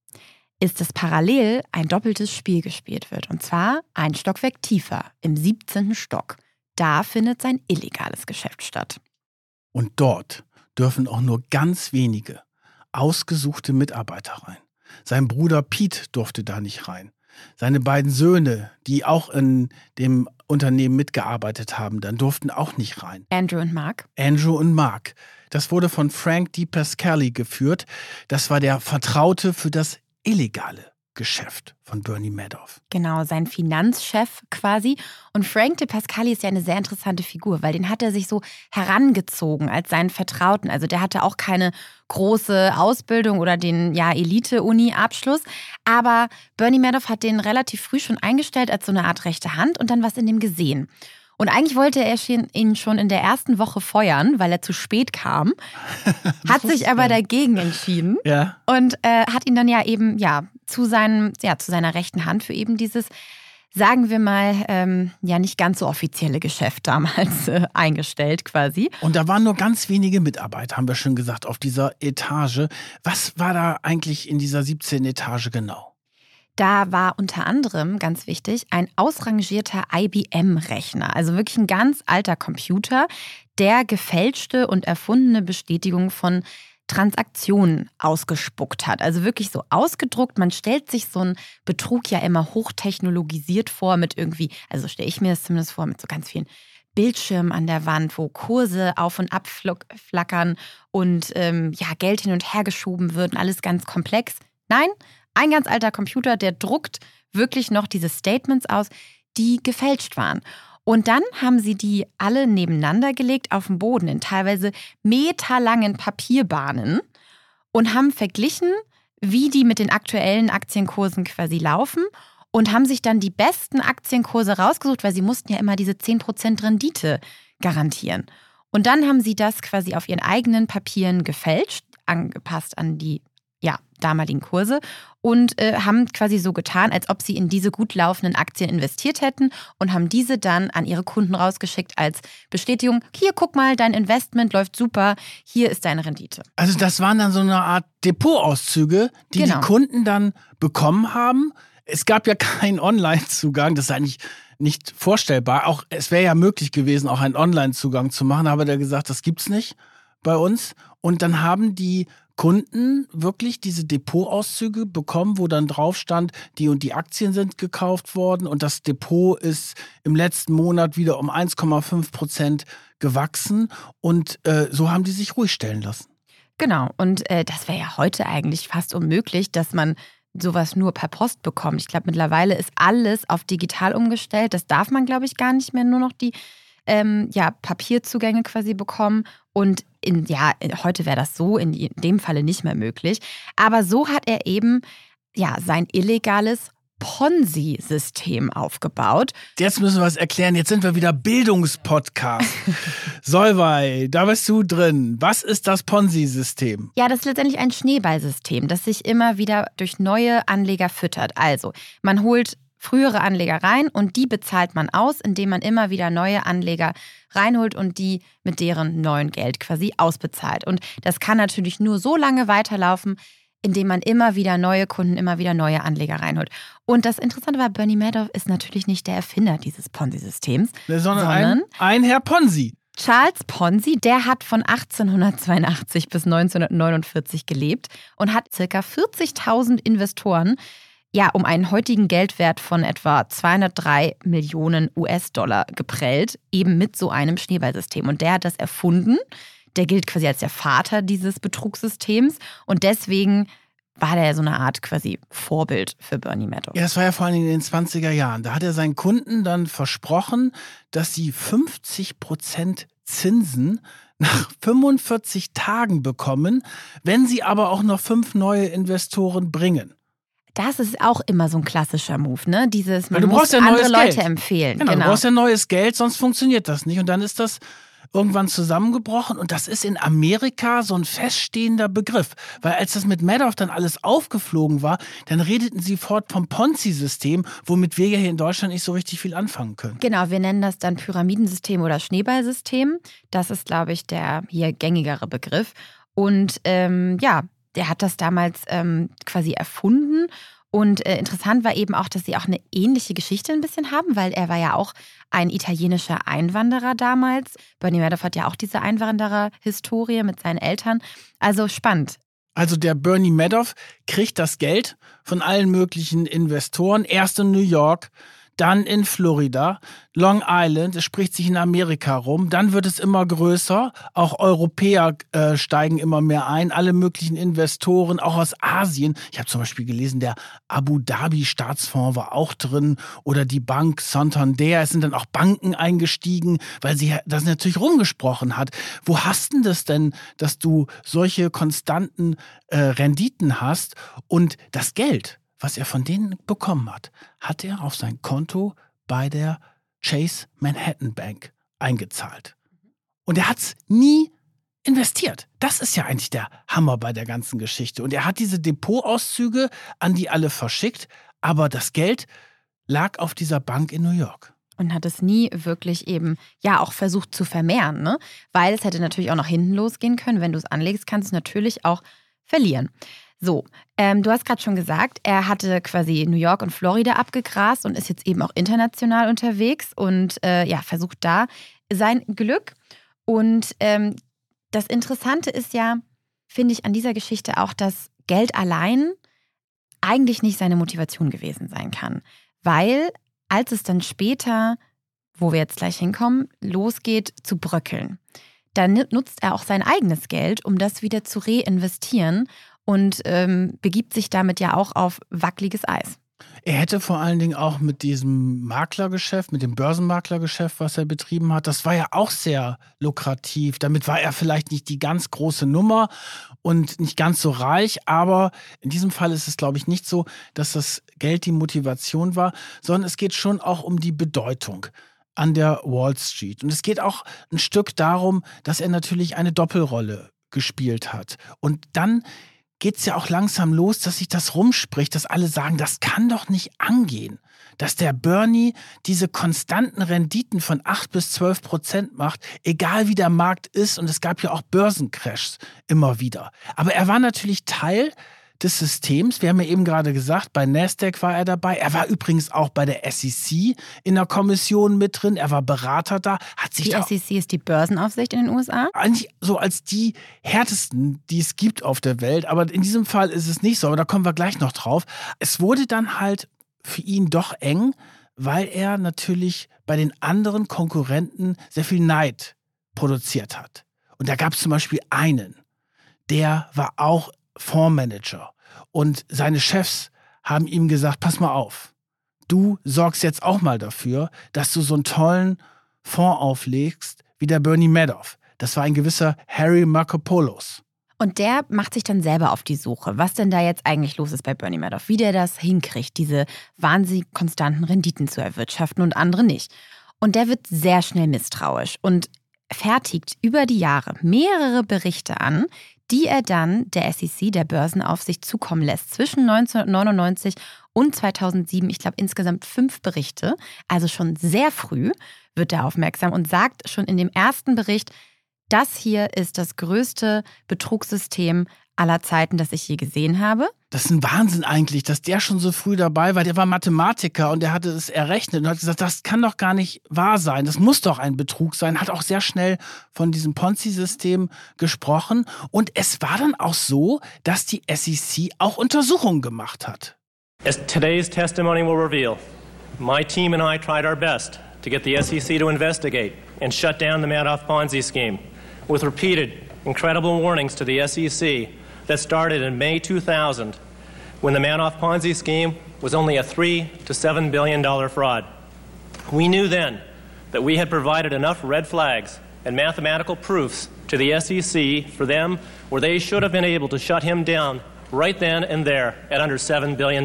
ist, dass parallel ein doppeltes Spiel gespielt wird. Und zwar ein Stockwerk tiefer, im 17. Stock. Da findet sein illegales Geschäft statt. Und dort dürfen auch nur ganz wenige ausgesuchte Mitarbeiter rein. Sein Bruder Pete durfte da nicht rein. Seine beiden Söhne, die auch in dem Unternehmen mitgearbeitet haben, dann durften auch nicht rein. Andrew und Mark. Das wurde von Frank DePascali geführt. Das war der Vertraute für das illegale Geschäft von Bernie Madoff. Genau, sein Finanzchef quasi. Und Frank DePascali ist ja eine sehr interessante Figur, weil den hat er sich so herangezogen als seinen Vertrauten. Also der hatte auch keine große Ausbildung oder den Elite-Uni-Abschluss. Aber Bernie Madoff hat den relativ früh schon eingestellt als so eine Art rechte Hand und dann was in dem gesehen. Und eigentlich wollte er ihn schon in der ersten Woche feuern, weil er zu spät kam. Hat sich aber dagegen entschieden. Ja. Und hat ihn dann zu seiner rechten Hand für eben dieses sagen wir mal, ja nicht ganz so offizielle Geschäft damals eingestellt quasi. Und da waren nur ganz wenige Mitarbeiter, haben wir schon gesagt, auf dieser Etage. Was war da eigentlich in dieser 17. Etage genau? Da war unter anderem, ganz wichtig, ein ausrangierter IBM-Rechner. Also wirklich ein ganz alter Computer, der gefälschte und erfundene Bestätigungen von Transaktionen ausgespuckt hat. Also wirklich so ausgedruckt. Man stellt sich so einen Betrug ja immer hochtechnologisiert vor mit irgendwie, also stelle ich mir das zumindest vor, mit so ganz vielen Bildschirmen an der Wand, wo Kurse auf und ab flackern und Geld hin und her geschoben wird und alles ganz komplex. Nein, ein ganz alter Computer, der druckt wirklich noch diese Statements aus, die gefälscht waren. Und dann haben sie die alle nebeneinander gelegt auf dem Boden in teilweise meterlangen Papierbahnen und haben verglichen, wie die mit den aktuellen Aktienkursen quasi laufen und haben sich dann die besten Aktienkurse rausgesucht, weil sie mussten ja immer diese 10% Rendite garantieren. Und dann haben sie das quasi auf ihren eigenen Papieren gefälscht, angepasst an die damaligen Kurse und haben quasi so getan, als ob sie in diese gut laufenden Aktien investiert hätten und haben diese dann an ihre Kunden rausgeschickt als Bestätigung, hier guck mal, dein Investment läuft super, hier ist deine Rendite. Also das waren dann so eine Art Depotauszüge, die die Kunden dann bekommen haben. Es gab ja keinen Online-Zugang, das ist eigentlich nicht vorstellbar. Auch es wäre ja möglich gewesen, auch einen Online-Zugang zu machen, aber der hat gesagt, das gibt's nicht bei uns. Und dann haben die Kunden wirklich diese Depotauszüge bekommen, wo dann drauf stand, die und die Aktien sind gekauft worden und das Depot ist im letzten Monat wieder um 1,5% gewachsen und so haben die sich ruhig stellen lassen. Genau, und das wäre ja heute eigentlich fast unmöglich, dass man sowas nur per Post bekommt. Ich glaube, mittlerweile ist alles auf digital umgestellt. Das darf man, glaube ich, gar nicht mehr, nur noch die Papierzugänge quasi bekommen. Und heute wäre das so in dem Falle nicht mehr möglich. Aber so hat er eben sein illegales Ponzi-System aufgebaut. Jetzt müssen wir es erklären. Jetzt sind wir wieder Bildungspodcast. Solveig, da bist du drin. Was ist das Ponzi-System? Ja, das ist letztendlich ein Schneeballsystem, das sich immer wieder durch neue Anleger füttert. Also, man holt frühere Anleger rein und die bezahlt man aus, indem man immer wieder neue Anleger reinholt und die mit deren neuen Geld quasi ausbezahlt. Und das kann natürlich nur so lange weiterlaufen, indem man immer wieder neue Kunden, immer wieder neue Anleger reinholt. Und das Interessante war, Bernie Madoff ist natürlich nicht der Erfinder dieses Ponzi-Systems, sondern ein Herr Ponzi. Charles Ponzi, der hat von 1882 bis 1949 gelebt und hat ca. 40.000 Investoren um einen heutigen Geldwert von etwa 203 Millionen US-Dollar geprellt, eben mit so einem Schneeballsystem. Und der hat das erfunden. Der gilt quasi als der Vater dieses Betrugssystems. Und deswegen war der so eine Art quasi Vorbild für Bernie Madoff. Ja, das war ja vor allem in den 20er Jahren. Da hat er seinen Kunden dann versprochen, dass sie 50% Zinsen nach 45 Tagen bekommen, wenn sie aber auch noch 5 neue Investoren bringen. Das ist auch immer so ein klassischer Move, ne? Man du muss ja andere Leute Geld. empfehlen. Genau, du brauchst ja neues Geld, sonst funktioniert das nicht. Und dann ist das irgendwann zusammengebrochen. Und das ist in Amerika so ein feststehender Begriff. Weil als das mit Madoff dann alles aufgeflogen war, dann redeten sie fort vom Ponzi-System, womit wir ja hier in Deutschland nicht so richtig viel anfangen können. Genau, wir nennen das dann Pyramidensystem oder Schneeballsystem. Das ist, glaube ich, der hier gängigere Begriff. Und der hat das damals quasi erfunden. Und interessant war eben auch, dass sie auch eine ähnliche Geschichte ein bisschen haben, weil er war ja auch ein italienischer Einwanderer damals. Bernie Madoff hat ja auch diese Einwanderer-Historie mit seinen Eltern. Also spannend. Also der Bernie Madoff kriegt das Geld von allen möglichen Investoren, erst in New York, dann in Florida, Long Island, es spricht sich in Amerika rum, dann wird es immer größer, auch Europäer steigen immer mehr ein, alle möglichen Investoren, auch aus Asien. Ich habe zum Beispiel gelesen, der Abu Dhabi Staatsfonds war auch drin oder die Bank Santander, es sind dann auch Banken eingestiegen, weil sie das natürlich rumgesprochen hat. Wo hast denn das denn, dass du solche konstanten Renditen hast und das Geld, was er von denen bekommen hat, hat er auf sein Konto bei der Chase Manhattan Bank eingezahlt. Und er hat es nie investiert. Das ist ja eigentlich der Hammer bei der ganzen Geschichte. Und er hat diese Depotauszüge an die alle verschickt, aber das Geld lag auf dieser Bank in New York. Und hat es nie wirklich eben, ja, auch versucht zu vermehren, ne? Weil es hätte natürlich auch nach hinten losgehen können. Wenn du es anlegst, kannst du es natürlich auch verlieren. So, du hast gerade schon gesagt, er hatte quasi New York und Florida abgegrast und ist jetzt eben auch international unterwegs und versucht da sein Glück. Und das Interessante ist ja, finde ich, an dieser Geschichte auch, dass Geld allein eigentlich nicht seine Motivation gewesen sein kann. Weil, als es dann später, wo wir jetzt gleich hinkommen, losgeht zu bröckeln, dann nutzt er auch sein eigenes Geld, um das wieder zu reinvestieren und begibt sich damit ja auch auf wackeliges Eis. Er hätte vor allen Dingen auch mit diesem Maklergeschäft, mit dem Börsenmaklergeschäft, was er betrieben hat, das war ja auch sehr lukrativ. Damit war er vielleicht nicht die ganz große Nummer und nicht ganz so reich, aber in diesem Fall ist es, glaube ich, nicht so, dass das Geld die Motivation war, sondern es geht schon auch um die Bedeutung an der Wall Street. Und es geht auch ein Stück darum, dass er natürlich eine Doppelrolle gespielt hat. Und dann geht es ja auch langsam los, dass sich das rumspricht, dass alle sagen, das kann doch nicht angehen, dass der Bernie diese konstanten Renditen von 8-12% macht, egal wie der Markt ist. Und es gab ja auch Börsencrashs immer wieder. Aber er war natürlich Teil des Systems. Wir haben ja eben gerade gesagt, bei Nasdaq war er dabei. Er war übrigens auch bei der SEC in der Kommission mit drin. Er war Berater da. Die SEC ist die Börsenaufsicht in den USA? Eigentlich so als die härtesten, die es gibt auf der Welt. Aber in diesem Fall ist es nicht so. Aber da kommen wir gleich noch drauf. Es wurde dann halt für ihn doch eng, weil er natürlich bei den anderen Konkurrenten sehr viel Neid produziert hat. Und da gab es zum Beispiel einen, der war auch Fondsmanager. Und seine Chefs haben ihm gesagt, pass mal auf, du sorgst jetzt auch mal dafür, dass du so einen tollen Fonds auflegst wie der Bernie Madoff. Das war ein gewisser Harry Markopolos. Und der macht sich dann selber auf die Suche, was denn da jetzt eigentlich los ist bei Bernie Madoff, wie der das hinkriegt, diese wahnsinnig konstanten Renditen zu erwirtschaften und andere nicht. Und der wird sehr schnell misstrauisch und fertigt über die Jahre mehrere Berichte an, die er dann der SEC, der Börsenaufsicht, zukommen lässt. Zwischen 1999 und 2007, ich glaube insgesamt 5 Berichte, also schon sehr früh wird er aufmerksam und sagt schon in dem ersten Bericht, das hier ist das größte Betrugssystem aller Zeiten, das ich je gesehen habe. Das ist ein Wahnsinn eigentlich, dass der schon so früh dabei war. Der war Mathematiker und der hatte es errechnet und hat gesagt, das kann doch gar nicht wahr sein. Das muss doch ein Betrug sein. Hat auch sehr schnell von diesem Ponzi-System gesprochen. Und es war dann auch so, dass die SEC auch Untersuchungen gemacht hat. As today's testimony will reveal, my team and I tried our best to get the SEC to investigate and shut down the Madoff Ponzi scheme with repeated, incredible warnings to the SEC that started in May 2000 when the Madoff Ponzi scheme was only a $3 to $7 billion fraud. We knew then that we had provided enough red flags and mathematical proofs to the SEC for them where they should have been able to shut him down right then and there at under $7 billion.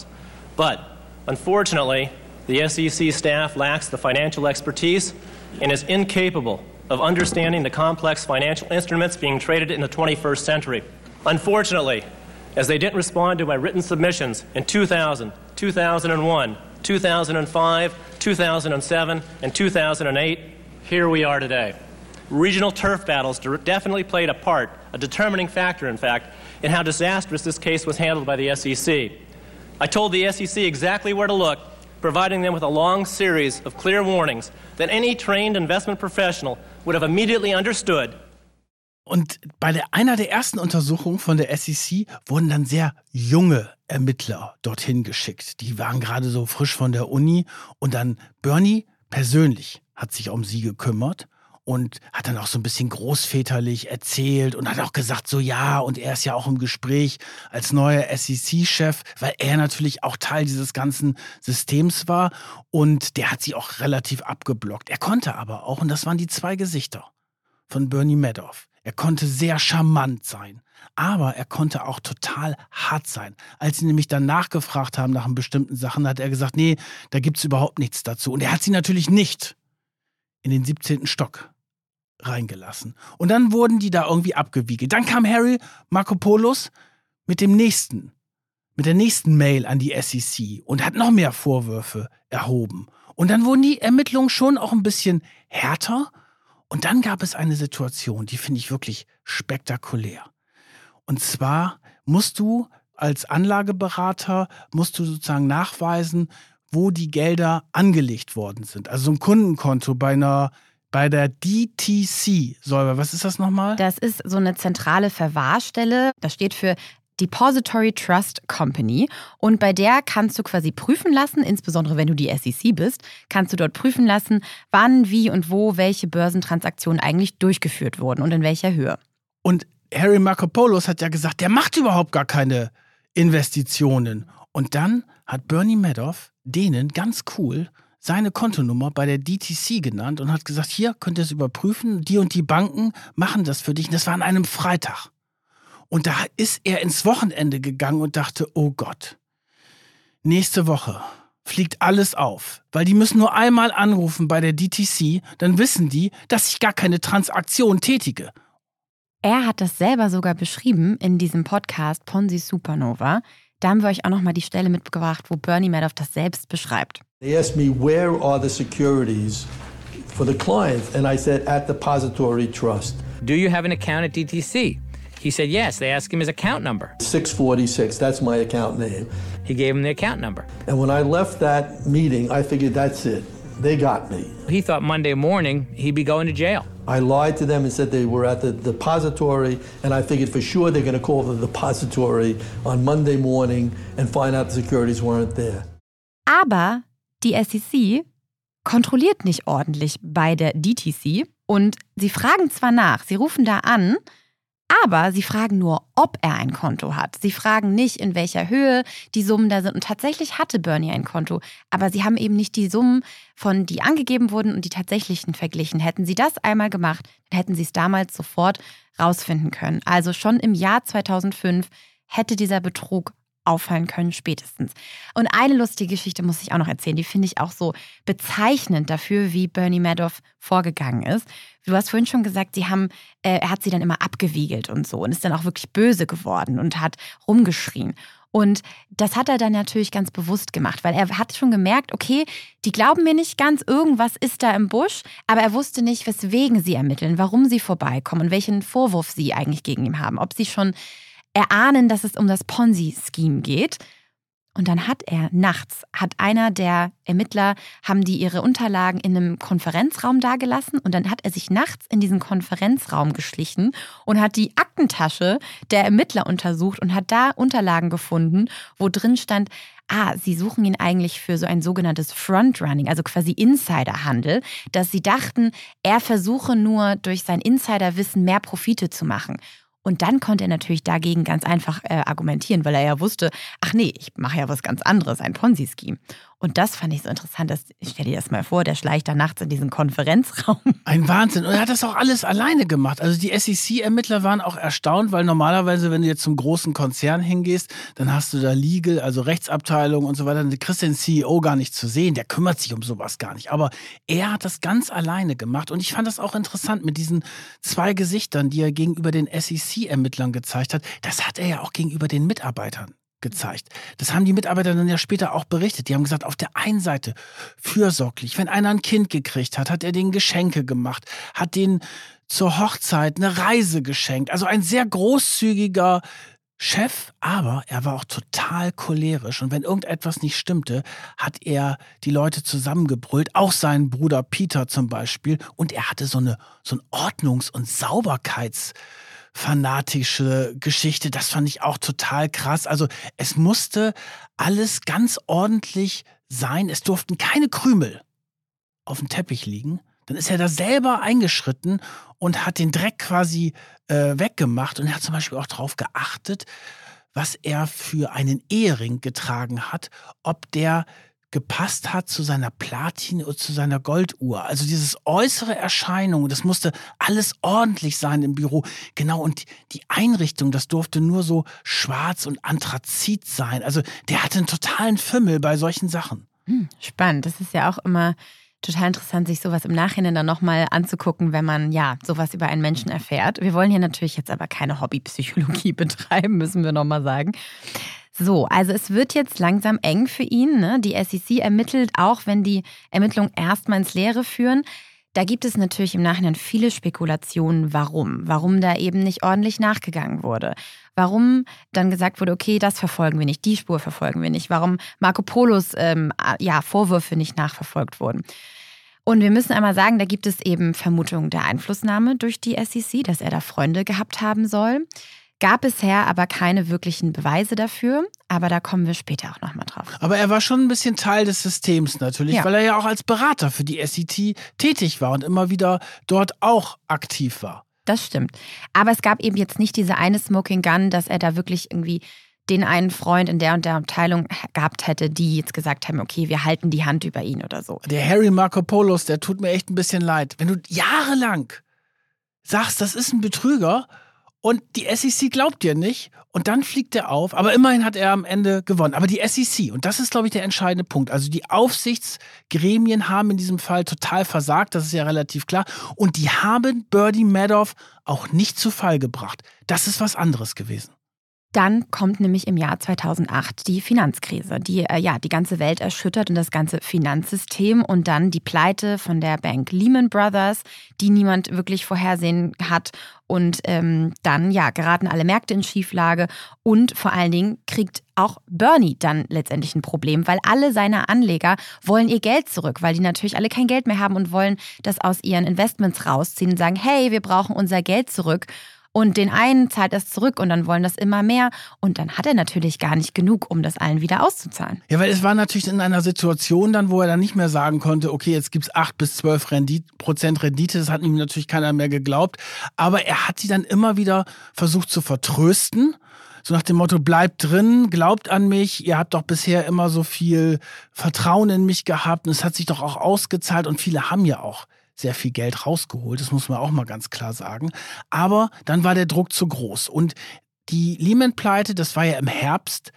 But unfortunately, the SEC staff lacks the financial expertise and is incapable of understanding the complex financial instruments being traded in the 21st century. Unfortunately, as they didn't respond to my written submissions in 2000, 2001, 2005, 2007, and 2008, here we are today. Regional turf battles definitely played a part, a determining factor, in fact, in how disastrous this case was handled by the SEC. I told the SEC exactly where to look, providing them with a long series of clear warnings that any trained investment professional would have immediately understood. Und bei einer der ersten Untersuchungen von der SEC wurden dann sehr junge Ermittler dorthin geschickt. Die waren gerade so frisch von der Uni. Und dann Bernie persönlich hat sich um sie gekümmert und hat dann auch so ein bisschen großväterlich erzählt und hat auch gesagt, so ja, und er ist ja auch im Gespräch als neuer SEC-Chef, weil er natürlich auch Teil dieses ganzen Systems war. Und der hat sie auch relativ abgeblockt. Er konnte aber auch, und das waren die 2 Gesichter von Bernie Madoff. Er konnte sehr charmant sein, aber er konnte auch total hart sein. Als sie nämlich dann nachgefragt haben nach bestimmten Sachen, hat er gesagt, nee, da gibt's überhaupt nichts dazu. Und er hat sie natürlich nicht in den 17. Stock reingelassen. Und dann wurden die da irgendwie abgewiegelt. Dann kam Harry Markopolos mit dem nächsten mit der nächsten Mail an die SEC und hat noch mehr Vorwürfe erhoben. Und dann wurden die Ermittlungen schon auch ein bisschen härter. Und dann gab es eine Situation, die finde ich wirklich spektakulär. Und zwar musst du als Anlageberater, sozusagen nachweisen, wo die Gelder angelegt worden sind. Also so ein Kundenkonto bei der DTC, Solveig, was ist das nochmal? Das ist so eine zentrale Verwahrstelle. Das steht für Depository Trust Company. Und bei der kannst du quasi prüfen lassen, insbesondere wenn du die SEC bist, kannst du dort prüfen lassen, wann, wie und wo welche Börsentransaktionen eigentlich durchgeführt wurden und in welcher Höhe. Und Harry Markopolos hat ja gesagt, der macht überhaupt gar keine Investitionen. Und dann hat Bernie Madoff denen ganz cool seine Kontonummer bei der DTC genannt und hat gesagt, hier könnt ihr es überprüfen, die und die Banken machen das für dich. Und das war an einem Freitag. Und da ist er ins Wochenende gegangen und dachte, oh Gott, nächste Woche fliegt alles auf. Weil die müssen nur einmal anrufen bei der DTC, dann wissen die, dass ich gar keine Transaktion tätige. Er hat das selber sogar beschrieben in diesem Podcast Ponzi Supernova. Da haben wir euch auch nochmal die Stelle mitgebracht, wo Bernie Madoff das selbst beschreibt. They asked me, where are the securities for the client? And I said, at Depository Trust. Do you have an account at DTC? He said yes. They asked him his account number. 646, that's my account name. He gave him the account number. And when I left that meeting, I figured that's it. They got me. He thought Monday morning he'd be going to jail. I lied to them and said they were at the depository, and I figured for sure they're going to call the depository on Monday morning and find out the securities weren't there. Aber die SEC kontrolliert nicht ordentlich bei der DTC und sie fragen zwar nach, sie rufen da an, aber sie fragen nur, ob er ein Konto hat. Sie fragen nicht, in welcher Höhe die Summen da sind. Und tatsächlich hatte Bernie ein Konto, aber sie haben eben nicht die Summen, die angegeben wurden und die tatsächlichen verglichen. Hätten sie das einmal gemacht, dann hätten sie es damals sofort rausfinden können. Also schon im Jahr 2005 hätte dieser Betrug auffallen können, spätestens. Und eine lustige Geschichte muss ich auch noch erzählen, die finde ich auch so bezeichnend dafür, wie Bernie Madoff vorgegangen ist. Du hast vorhin schon gesagt, er hat sie dann immer abgewiegelt und so und ist dann auch wirklich böse geworden und hat rumgeschrien. Und das hat er dann natürlich ganz bewusst gemacht, weil er hat schon gemerkt, okay, die glauben mir nicht ganz, irgendwas ist da im Busch, aber er wusste nicht, weswegen sie ermitteln, warum sie vorbeikommen und welchen Vorwurf sie eigentlich gegen ihn haben, ob sie schon erahnen, dass es um das Ponzi-Scheme geht. Und dann hat einer der Ermittler, haben die ihre Unterlagen in einem Konferenzraum dagelassen und dann hat er sich nachts in diesen Konferenzraum geschlichen und hat die Aktentasche der Ermittler untersucht und hat da Unterlagen gefunden, wo drin stand, sie suchen ihn eigentlich für so ein sogenanntes Frontrunning, also quasi Insiderhandel, dass sie dachten, er versuche nur durch sein Insiderwissen mehr Profite zu machen. Und dann konnte er natürlich dagegen ganz einfach argumentieren, weil er ja wusste, ach nee, ich mache ja was ganz anderes, ein Ponzi-Scheme. Und das fand ich so interessant, stell dir das mal vor, der schleicht da nachts in diesen Konferenzraum. Ein Wahnsinn. Und er hat das auch alles alleine gemacht. Also die SEC-Ermittler waren auch erstaunt, weil normalerweise, wenn du jetzt zum großen Konzern hingehst, dann hast du da Legal, also Rechtsabteilung und so weiter, dann kriegst du den CEO gar nicht zu sehen, der kümmert sich um sowas gar nicht. Aber er hat das ganz alleine gemacht und ich fand das auch interessant mit diesen 2 Gesichtern, die er gegenüber den SEC-Ermittlern gezeigt hat. Das hat er ja auch gegenüber den Mitarbeitern gezeigt. Das haben die Mitarbeiter dann ja später auch berichtet. Die haben gesagt, auf der einen Seite fürsorglich. Wenn einer ein Kind gekriegt hat, hat er denen Geschenke gemacht, hat denen zur Hochzeit eine Reise geschenkt. Also ein sehr großzügiger Chef, aber er war auch total cholerisch. Und wenn irgendetwas nicht stimmte, hat er die Leute zusammengebrüllt, auch seinen Bruder Peter zum Beispiel. Und er hatte so ein Ordnungs- und Sauberkeitsfanatische Geschichte, das fand ich auch total krass. Also es musste alles ganz ordentlich sein. Es durften keine Krümel auf dem Teppich liegen. Dann ist er da selber eingeschritten und hat den Dreck quasi weggemacht. Und er hat zum Beispiel auch darauf geachtet, was er für einen Ehering getragen hat, ob der gepasst hat zu seiner Platin- oder zu seiner Golduhr. Also dieses äußere Erscheinung, das musste alles ordentlich sein im Büro. Genau, und die Einrichtung, das durfte nur so schwarz und Anthrazit sein. Also der hatte einen totalen Fimmel bei solchen Sachen. Spannend, das ist ja auch immer total interessant, sich sowas im Nachhinein dann nochmal anzugucken, wenn man sowas über einen Menschen erfährt. Wir wollen hier natürlich jetzt aber keine Hobbypsychologie betreiben, müssen wir nochmal sagen. So, also es wird jetzt langsam eng für ihn. Ne? Die SEC ermittelt, auch wenn die Ermittlungen erstmal ins Leere führen. Da gibt es natürlich im Nachhinein viele Spekulationen, warum da eben nicht ordentlich nachgegangen wurde. Warum dann gesagt wurde, okay, das verfolgen wir nicht, die Spur verfolgen wir nicht. Warum Marco Polos Vorwürfe nicht nachverfolgt wurden. Und wir müssen einmal sagen, da gibt es eben Vermutungen der Einflussnahme durch die SEC, dass er da Freunde gehabt haben soll. Gab bisher aber keine wirklichen Beweise dafür, aber da kommen wir später auch nochmal drauf. Aber er war schon ein bisschen Teil des Systems natürlich, weil er ja auch als Berater für die SEC tätig war und immer wieder dort auch aktiv war. Das stimmt. Aber es gab eben jetzt nicht diese eine Smoking Gun, dass er da wirklich irgendwie den einen Freund in der und der Abteilung gehabt hätte, die jetzt gesagt haben, okay, wir halten die Hand über ihn oder so. Der Harry Markopolos, der tut mir echt ein bisschen leid. Wenn du jahrelang sagst, das ist ein Betrüger, und die SEC glaubt dir nicht und dann fliegt er auf. Aber immerhin hat er am Ende gewonnen. Aber die SEC, und das ist, glaube ich, der entscheidende Punkt. Also die Aufsichtsgremien haben in diesem Fall total versagt, das ist ja relativ klar. Und die haben Bernie Madoff auch nicht zu Fall gebracht. Das ist was anderes gewesen. Dann kommt nämlich im Jahr 2008 die Finanzkrise, die die ganze Welt erschüttert und das ganze Finanzsystem und dann die Pleite von der Bank Lehman Brothers, die niemand wirklich vorhersehen hat. Und dann geraten alle Märkte in Schieflage und vor allen Dingen kriegt auch Bernie dann letztendlich ein Problem, weil alle seine Anleger wollen ihr Geld zurück, weil die natürlich alle kein Geld mehr haben und wollen das aus ihren Investments rausziehen und sagen, hey, wir brauchen unser Geld zurück. Und den einen zahlt das zurück und dann wollen das immer mehr. Und dann hat er natürlich gar nicht genug, um das allen wieder auszuzahlen. Ja, weil es war natürlich in einer Situation dann, wo er dann nicht mehr sagen konnte, okay, jetzt gibt es 8-12% Rendite. Das hat ihm natürlich keiner mehr geglaubt. Aber er hat sie dann immer wieder versucht zu vertrösten. So nach dem Motto, bleibt drin, glaubt an mich. Ihr habt doch bisher immer so viel Vertrauen in mich gehabt. Und es hat sich doch auch ausgezahlt. Und viele haben ja auch sehr viel Geld rausgeholt, das muss man auch mal ganz klar sagen. Aber dann war der Druck zu groß. Und die Lehman-Pleite, das war ja im Herbst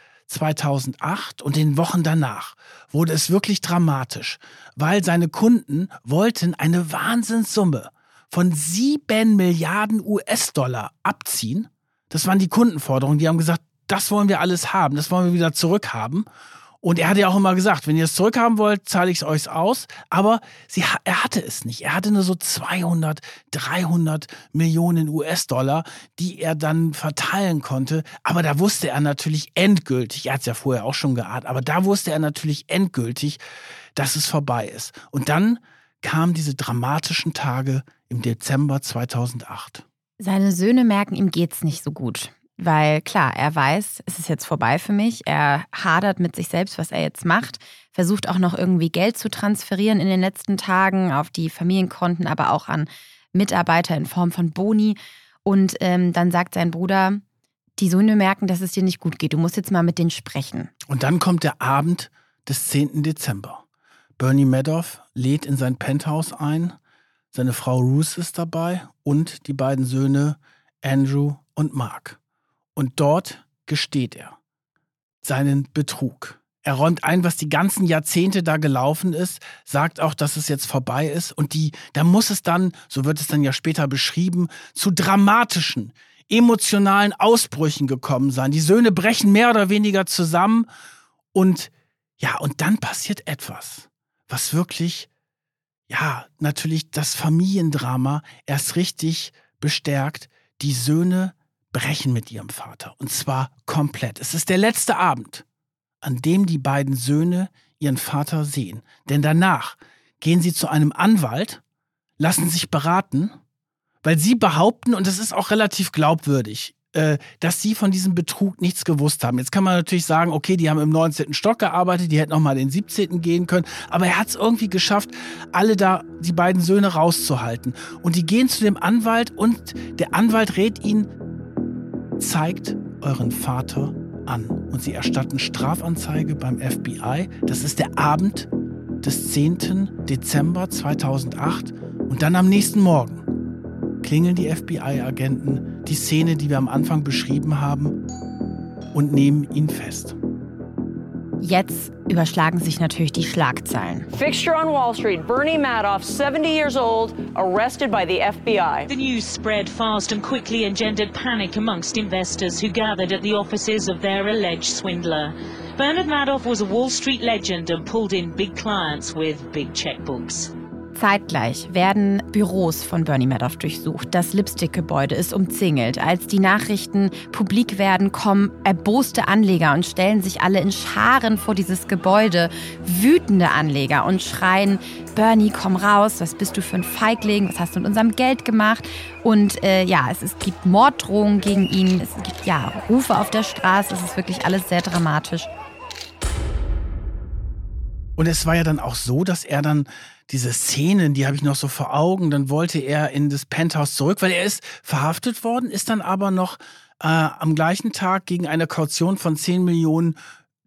2008 und den Wochen danach wurde es wirklich dramatisch, weil seine Kunden wollten eine Wahnsinnssumme von 7 Milliarden US-Dollar abziehen. Das waren die Kundenforderungen, die haben gesagt, das wollen wir alles haben, das wollen wir wieder zurückhaben. Und er hat ja auch immer gesagt, wenn ihr es zurückhaben wollt, zahle ich es euch aus. Aber er hatte es nicht. Er hatte nur so 200, 300 Millionen US-Dollar, die er dann verteilen konnte. Aber da wusste er natürlich endgültig, er hat es ja vorher auch schon geahnt, aber da wusste er natürlich endgültig, dass es vorbei ist. Und dann kamen diese dramatischen Tage im Dezember 2008. Seine Söhne merken, ihm geht's nicht so gut. Weil klar, er weiß, es ist jetzt vorbei für mich. Er hadert mit sich selbst, was er jetzt macht. Versucht auch noch irgendwie Geld zu transferieren in den letzten Tagen auf die Familienkonten, aber auch an Mitarbeiter in Form von Boni. Und dann sagt sein Bruder, die Söhne merken, dass es dir nicht gut geht. Du musst jetzt mal mit denen sprechen. Und dann kommt der Abend des 10. Dezember. Bernie Madoff lädt in sein Penthouse ein. Seine Frau Ruth ist dabei und die beiden Söhne Andrew und Mark. Und dort gesteht er seinen Betrug. Er räumt ein, was die ganzen Jahrzehnte da gelaufen ist, sagt auch, dass es jetzt vorbei ist. Und da muss es dann, so wird es dann ja später beschrieben, zu dramatischen, emotionalen Ausbrüchen gekommen sein. Die Söhne brechen mehr oder weniger zusammen. Und dann passiert etwas, was wirklich, natürlich das Familiendrama erst richtig bestärkt. Die Söhne brechen mit ihrem Vater. Und zwar komplett. Es ist der letzte Abend, an dem die beiden Söhne ihren Vater sehen. Denn danach gehen sie zu einem Anwalt, lassen sich beraten, weil sie behaupten, und das ist auch relativ glaubwürdig, dass sie von diesem Betrug nichts gewusst haben. Jetzt kann man natürlich sagen, okay, die haben im 19. Stock gearbeitet, die hätten auch mal in den 17. gehen können, aber er hat es irgendwie geschafft, die beiden Söhne rauszuhalten. Und die gehen zu dem Anwalt und der Anwalt rät ihnen, zeigt euren Vater an. Und sie erstatten Strafanzeige beim FBI. Das ist der Abend des 10. Dezember 2008. Und dann am nächsten Morgen klingeln die FBI-Agenten die Szene, die wir am Anfang beschrieben haben, und nehmen ihn fest. jetzt überschlagen sich natürlich die Schlagzeilen. Fixture on Wall Street, Bernie Madoff, 70 years old, arrested by the FBI. The news spread fast and quickly engendered panic amongst investors who gathered at the offices of their alleged swindler. Bernard Madoff was a Wall Street legend and pulled in big clients with big checkbooks. Zeitgleich werden Büros von Bernie Madoff durchsucht. Das Lipstick-Gebäude ist umzingelt. Als die Nachrichten publik werden, kommen erboste Anleger und stellen sich alle in Scharen vor dieses Gebäude. Wütende Anleger und schreien, Bernie, komm raus, was bist du für ein Feigling, was hast du mit unserem Geld gemacht? Und es gibt Morddrohungen gegen ihn, es gibt Rufe auf der Straße, es ist wirklich alles sehr dramatisch. Und es war ja dann auch so, dass er dann diese Szenen, die habe ich noch so vor Augen, dann wollte er in das Penthouse zurück, weil er ist verhaftet worden, ist dann aber noch am gleichen Tag gegen eine Kaution von $10 Millionen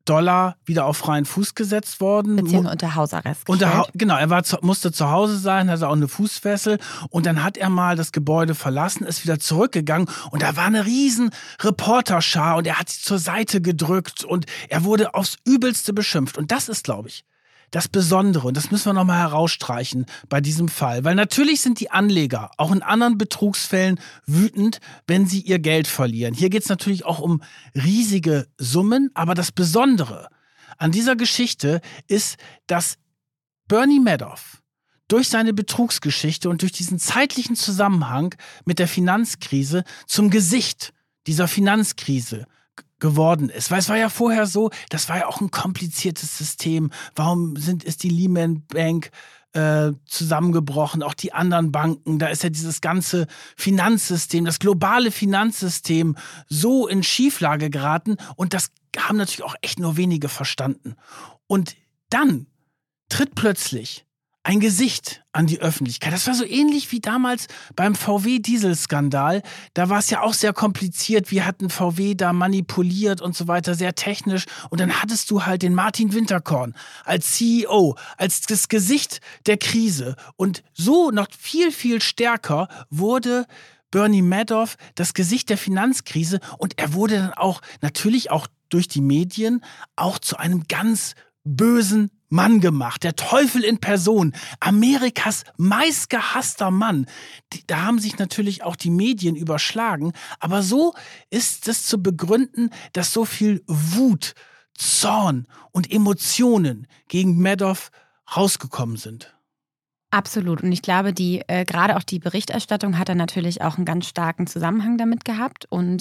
wieder auf freien Fuß gesetzt worden. Beziehungsweise unter Hausarrest gestellt. Genau, er musste zu Hause sein, hatte auch eine Fußfessel und dann hat er mal das Gebäude verlassen, ist wieder zurückgegangen und da war eine riesen Reporterschar und er hat sie zur Seite gedrückt und er wurde aufs Übelste beschimpft. Und das ist, glaube ich, das Besondere, und das müssen wir nochmal herausstreichen bei diesem Fall, weil natürlich sind die Anleger auch in anderen Betrugsfällen wütend, wenn sie ihr Geld verlieren. Hier geht es natürlich auch um riesige Summen, aber das Besondere an dieser Geschichte ist, dass Bernie Madoff durch seine Betrugsgeschichte und durch diesen zeitlichen Zusammenhang mit der Finanzkrise zum Gesicht dieser Finanzkrise geworden ist. Weil es war ja vorher so, das war ja auch ein kompliziertes System. Warum ist die Lehman Bank zusammengebrochen, auch die anderen Banken? Da ist ja dieses ganze Finanzsystem, das globale Finanzsystem so in Schieflage geraten und das haben natürlich auch echt nur wenige verstanden. Und dann tritt plötzlich ein Gesicht an die Öffentlichkeit. Das war so ähnlich wie damals beim VW-Dieselskandal. Da war es ja auch sehr kompliziert. Wie hatten VW da manipuliert und so weiter, sehr technisch. Und dann hattest du halt den Martin Winterkorn als CEO, als das Gesicht der Krise. Und so noch viel, viel stärker wurde Bernie Madoff das Gesicht der Finanzkrise. Und er wurde dann auch, natürlich auch durch die Medien, auch zu einem ganz bösen Mann gemacht, der Teufel in Person, Amerikas meistgehasster Mann. Da haben sich natürlich auch die Medien überschlagen, aber so ist es zu begründen, dass so viel Wut, Zorn und Emotionen gegen Madoff rausgekommen sind. Absolut. Und ich glaube, gerade auch die Berichterstattung hat dann natürlich auch einen ganz starken Zusammenhang damit gehabt. Und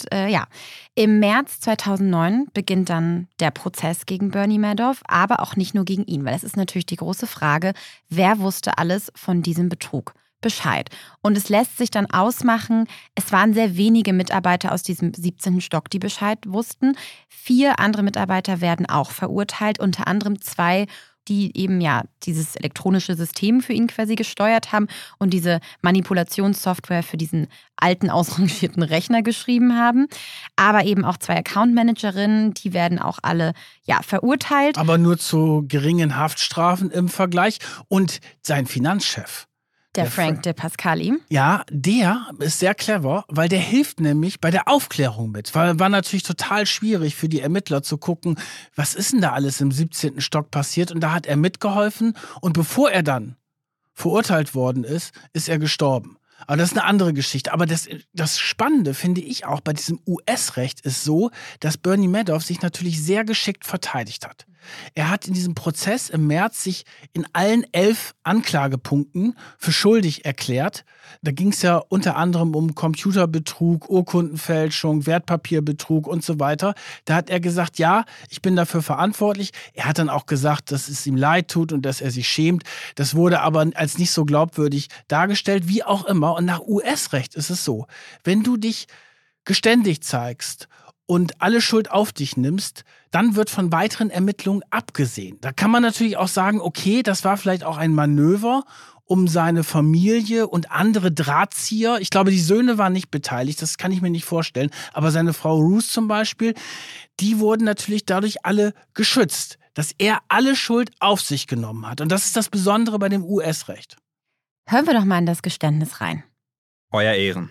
im März 2009 beginnt dann der Prozess gegen Bernie Madoff, aber auch nicht nur gegen ihn, weil das ist natürlich die große Frage, wer wusste alles von diesem Betrug Bescheid? Und es lässt sich dann ausmachen, es waren sehr wenige Mitarbeiter aus diesem 17. Stock, die Bescheid wussten. 4 andere Mitarbeiter werden auch verurteilt, unter anderem 2, die eben dieses elektronische System für ihn quasi gesteuert haben und diese Manipulationssoftware für diesen alten, ausrangierten Rechner geschrieben haben. Aber eben auch 2 Account-Managerinnen, die werden auch alle verurteilt. Aber nur zu geringen Haftstrafen im Vergleich. Und sein Finanzchef, der Frank DePascali. Ja, der ist sehr clever, weil der hilft nämlich bei der Aufklärung mit. Weil war natürlich total schwierig für die Ermittler zu gucken, was ist denn da alles im 17. Stock passiert. Und da hat er mitgeholfen. Und bevor er dann verurteilt worden ist, ist er gestorben. Aber das ist eine andere Geschichte. Aber das Spannende, finde ich auch, bei diesem US-Recht ist so, dass Bernie Madoff sich natürlich sehr geschickt verteidigt hat. Er hat in diesem Prozess im März sich in allen 11 Anklagepunkten für schuldig erklärt. Da ging es ja unter anderem um Computerbetrug, Urkundenfälschung, Wertpapierbetrug und so weiter. Da hat er gesagt, ja, ich bin dafür verantwortlich. Er hat dann auch gesagt, dass es ihm leid tut und dass er sich schämt. Das wurde aber als nicht so glaubwürdig dargestellt, wie auch immer. Und nach US-Recht ist es so, wenn du dich geständig zeigst und alle Schuld auf dich nimmst, dann wird von weiteren Ermittlungen abgesehen. Da kann man natürlich auch sagen, okay, das war vielleicht auch ein Manöver, um seine Familie und andere Drahtzieher, ich glaube, die Söhne waren nicht beteiligt, das kann ich mir nicht vorstellen, aber seine Frau Ruth zum Beispiel, die wurden natürlich dadurch alle geschützt, dass er alle Schuld auf sich genommen hat. Und das ist das Besondere bei dem US-Recht. Hören wir doch mal in das Geständnis rein. Euer Ehren.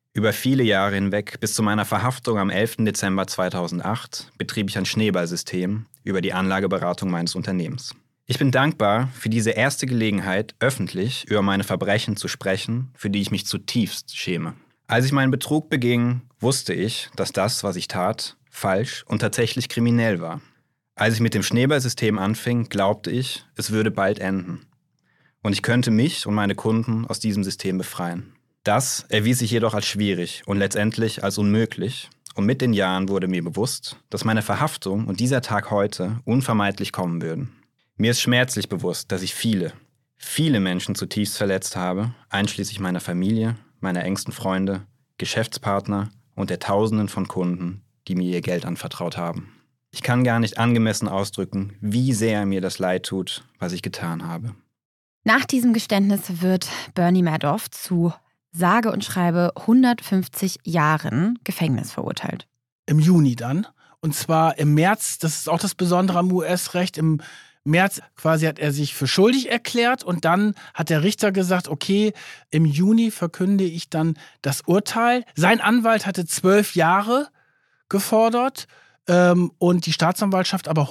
Über viele Jahre hinweg, bis zu meiner Verhaftung am 11. Dezember 2008, betrieb ich ein Schneeballsystem über die Anlageberatung meines Unternehmens. Ich bin dankbar für diese erste Gelegenheit, öffentlich über meine Verbrechen zu sprechen, für die ich mich zutiefst schäme. Als ich meinen Betrug beging, wusste ich, dass das, was ich tat, falsch und tatsächlich kriminell war. Als ich mit dem Schneeballsystem anfing, glaubte ich, es würde bald enden. Und ich könnte mich und meine Kunden aus diesem System befreien. Das erwies sich jedoch als schwierig und letztendlich als unmöglich. Und mit den Jahren wurde mir bewusst, dass meine Verhaftung und dieser Tag heute unvermeidlich kommen würden. Mir ist schmerzlich bewusst, dass ich viele Menschen zutiefst verletzt habe, einschließlich meiner Familie, meiner engsten Freunde, Geschäftspartner und der Tausenden von Kunden, die mir ihr Geld anvertraut haben. Ich kann gar nicht angemessen ausdrücken, wie sehr mir das leid tut, was ich getan habe. Nach diesem Geständnis wird Bernie Madoff zu sage und schreibe 150 Jahren Gefängnis verurteilt. Im Juni dann. Und zwar im März, das ist auch das Besondere am US-Recht, im März quasi hat er sich für schuldig erklärt und dann hat der Richter gesagt, okay, im Juni verkünde ich dann das Urteil. Sein Anwalt hatte 12 Jahre gefordert und die Staatsanwaltschaft aber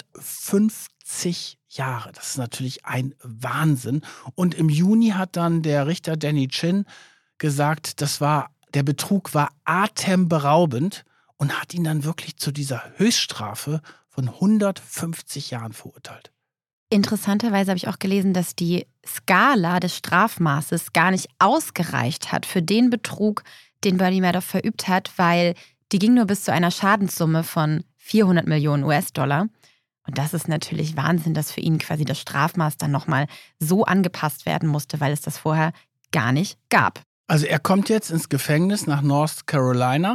150 Jahre. Das ist natürlich ein Wahnsinn. Und im Juni hat dann der Richter Danny Chin gesagt, der Betrug war atemberaubend und hat ihn dann wirklich zu dieser Höchststrafe von 150 Jahren verurteilt. Interessanterweise habe ich auch gelesen, dass die Skala des Strafmaßes gar nicht ausgereicht hat für den Betrug, den Bernie Madoff verübt hat, weil die ging nur bis zu einer Schadenssumme von 400 Millionen US-Dollar. Und das ist natürlich Wahnsinn, dass für ihn quasi das Strafmaß dann nochmal so angepasst werden musste, weil es das vorher gar nicht gab. Also er kommt jetzt ins Gefängnis nach North Carolina,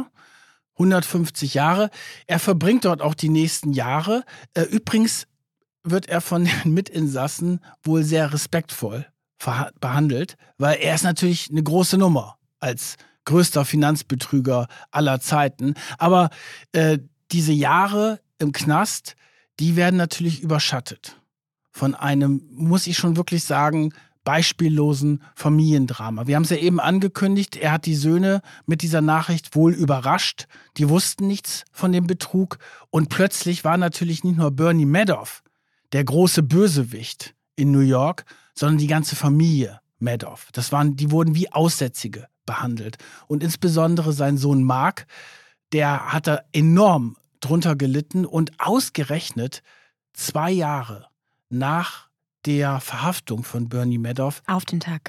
150 Jahre. Er verbringt dort auch die nächsten Jahre. Übrigens wird er von den Mitinsassen wohl sehr respektvoll behandelt, weil er ist natürlich eine große Nummer als größter Finanzbetrüger aller Zeiten. Aber diese Jahre im Knast, die werden natürlich überschattet von einem, muss ich schon wirklich sagen, beispiellosen Familiendrama. Wir haben es ja eben angekündigt, er hat die Söhne mit dieser Nachricht wohl überrascht. Die wussten nichts von dem Betrug. Und plötzlich war natürlich nicht nur Bernie Madoff der große Bösewicht in New York, sondern die ganze Familie Madoff. Die wurden wie Aussätzige behandelt. Und insbesondere sein Sohn Mark, der hat da enorm drunter gelitten und ausgerechnet 2 Jahre nach der Verhaftung von Bernie Madoff. Auf den Tag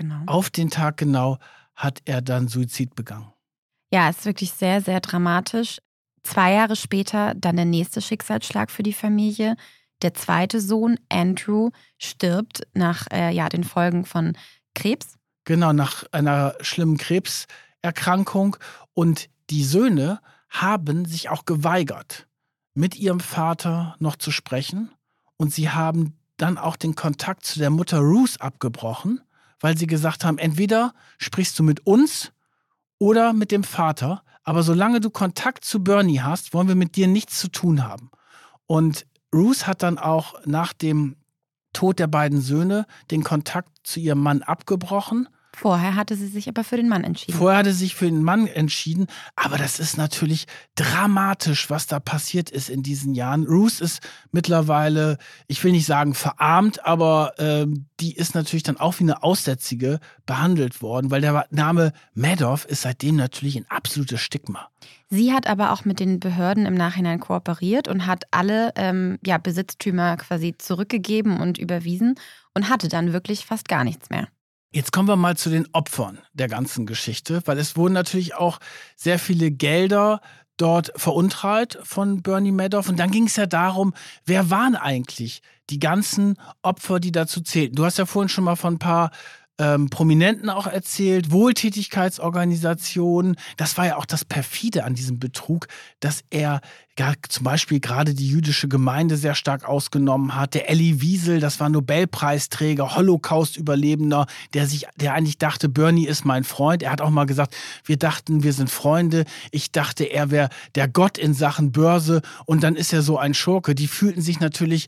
genau hat er dann Suizid begangen. Ja, es ist wirklich sehr, sehr dramatisch. 2 Jahre später dann der nächste Schicksalsschlag für die Familie. Der zweite Sohn, Andrew, stirbt nach den Folgen von Krebs. Genau, nach einer schlimmen Krebserkrankung. Und die Söhne haben sich auch geweigert, mit ihrem Vater noch zu sprechen. Und sie haben dann auch den Kontakt zu der Mutter Ruth abgebrochen, weil sie gesagt haben, entweder sprichst du mit uns oder mit dem Vater, aber solange du Kontakt zu Bernie hast, wollen wir mit dir nichts zu tun haben. Und Ruth hat dann auch nach dem Tod der beiden Söhne den Kontakt zu ihrem Mann abgebrochen. Vorher hatte sie sich aber für den Mann entschieden. Aber das ist natürlich dramatisch, was da passiert ist in diesen Jahren. Ruth ist mittlerweile, ich will nicht sagen verarmt, aber die ist natürlich dann auch wie eine Aussätzige behandelt worden, weil der Name Madoff ist seitdem natürlich ein absolutes Stigma. Sie hat aber auch mit den Behörden im Nachhinein kooperiert und hat alle Besitztümer quasi zurückgegeben und überwiesen und hatte dann wirklich fast gar nichts mehr. Jetzt kommen wir mal zu den Opfern der ganzen Geschichte, weil es wurden natürlich auch sehr viele Gelder dort veruntreut von Bernie Madoff. Und dann ging es ja darum, wer waren eigentlich die ganzen Opfer, die dazu zählten. Du hast ja vorhin schon mal von ein paar Prominenten auch erzählt, Wohltätigkeitsorganisationen. Das war ja auch das Perfide an diesem Betrug, dass er zum Beispiel gerade die jüdische Gemeinde sehr stark ausgenommen hat. Der Elie Wiesel, das war Nobelpreisträger, Holocaust-Überlebender, der eigentlich dachte, Bernie ist mein Freund. Er hat auch mal gesagt, wir dachten, wir sind Freunde. Ich dachte, er wäre der Gott in Sachen Börse. Und dann ist er so ein Schurke. Die fühlten sich natürlich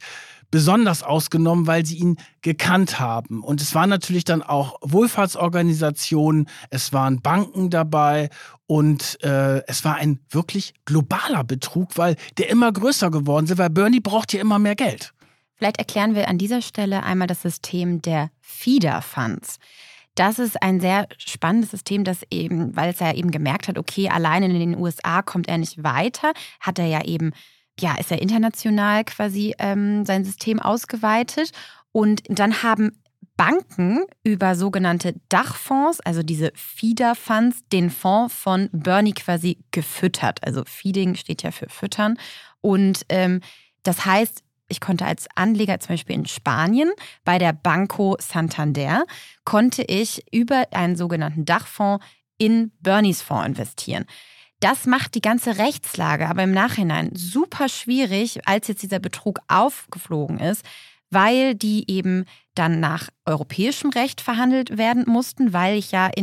besonders ausgenommen, weil sie ihn gekannt haben. Und es waren natürlich dann auch Wohlfahrtsorganisationen, es waren Banken dabei und es war ein wirklich globaler Betrug, weil der immer größer geworden ist, weil Bernie braucht ja immer mehr Geld. Vielleicht erklären wir an dieser Stelle einmal das System der Feeder Funds. Das ist ein sehr spannendes System, das eben, weil es ja eben gemerkt hat, okay, allein in den USA kommt er nicht weiter, hat er ja eben, ja, ist er international quasi sein System ausgeweitet. Und dann haben Banken über sogenannte Dachfonds, also diese Feeder Funds, den Fonds von Bernie quasi gefüttert. Also Feeding steht ja für füttern. Und das heißt, ich konnte als Anleger zum Beispiel in Spanien bei der Banco Santander, konnte ich über einen sogenannten Dachfonds in Bernies Fonds investieren. Das macht die ganze Rechtslage aber im Nachhinein super schwierig, als jetzt dieser Betrug aufgeflogen ist, weil die eben dann nach europäischem Recht verhandelt werden mussten, weil ich ja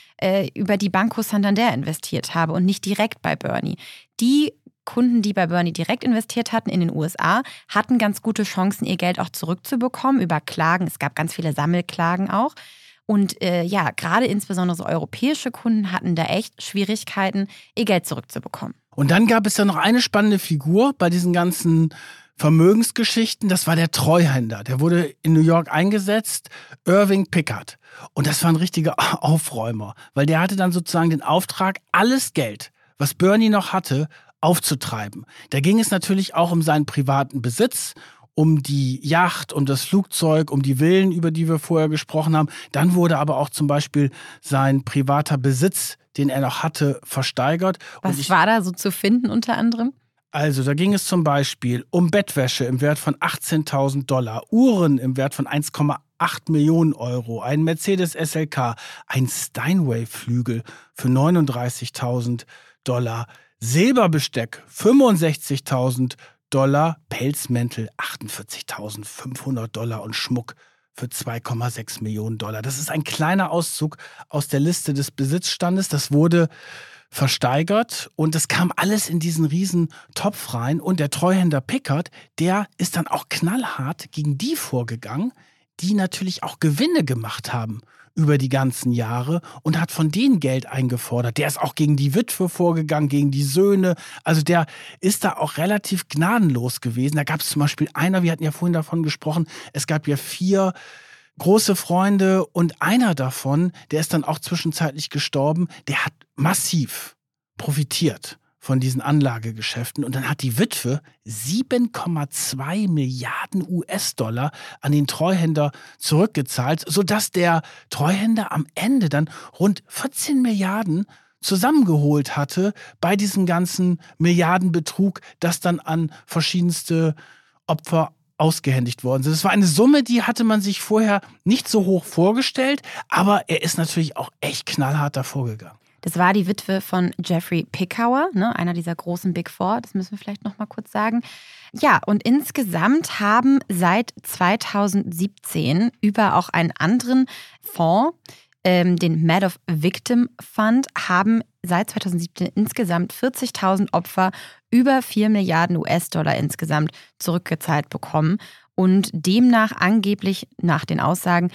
über die Banco Santander investiert habe und nicht direkt bei Bernie. Die Kunden, die bei Bernie direkt investiert hatten in den USA, hatten ganz gute Chancen, ihr Geld auch zurückzubekommen über Klagen. Es gab ganz viele Sammelklagen auch. Und gerade insbesondere so europäische Kunden hatten da echt Schwierigkeiten, ihr Geld zurückzubekommen. Und dann gab es ja noch eine spannende Figur bei diesen ganzen Vermögensgeschichten. Das war der Treuhänder. Der wurde in New York eingesetzt, Irving Pickard. Und das war ein richtiger Aufräumer, weil der hatte dann sozusagen den Auftrag, alles Geld, was Bernie noch hatte, aufzutreiben. Da ging es natürlich auch um seinen privaten Besitz, um die Yacht, um das Flugzeug, um die Villen, über die wir vorher gesprochen haben. Dann wurde aber auch zum Beispiel sein privater Besitz, den er noch hatte, versteigert. Was war da so zu finden unter anderem? Also da ging es zum Beispiel um Bettwäsche im Wert von $18.000, Uhren im Wert von 1,8 Millionen Euro, ein Mercedes SLK, ein Steinway-Flügel für $39.000, Silberbesteck $65.000, Pelzmäntel $48.500 und Schmuck für $2,6 Millionen. Das ist ein kleiner Auszug aus der Liste des Besitzstandes. Das wurde versteigert und das kam alles in diesen riesen Topf rein. Und der Treuhänder Pickard, der ist dann auch knallhart gegen die vorgegangen, die natürlich auch Gewinne gemacht haben über die ganzen Jahre und hat von denen Geld eingefordert. Der ist auch gegen die Witwe vorgegangen, gegen die Söhne. Also der ist da auch relativ gnadenlos gewesen. Da gab es zum Beispiel einer, wir hatten ja vorhin davon gesprochen, es gab ja 4 große Freunde und einer davon, der ist dann auch zwischenzeitlich gestorben, der hat massiv profitiert von diesen Anlagegeschäften. Und dann hat die Witwe 7,2 Milliarden US-Dollar an den Treuhänder zurückgezahlt, sodass der Treuhänder am Ende dann rund 14 Milliarden zusammengeholt hatte bei diesem ganzen Milliardenbetrug, das dann an verschiedenste Opfer ausgehändigt worden sind. Das war eine Summe, die hatte man sich vorher nicht so hoch vorgestellt, aber er ist natürlich auch echt knallhart davor gegangen. Das war die Witwe von Jeffrey Pickauer, ne, einer dieser großen Big Four, das müssen wir vielleicht noch mal kurz sagen. Ja, und insgesamt haben seit 2017 über auch einen anderen Fonds, den Madoff Victim Fund, haben seit 2017 insgesamt 40.000 Opfer über 4 Milliarden US-Dollar insgesamt zurückgezahlt bekommen. Und demnach angeblich nach den Aussagen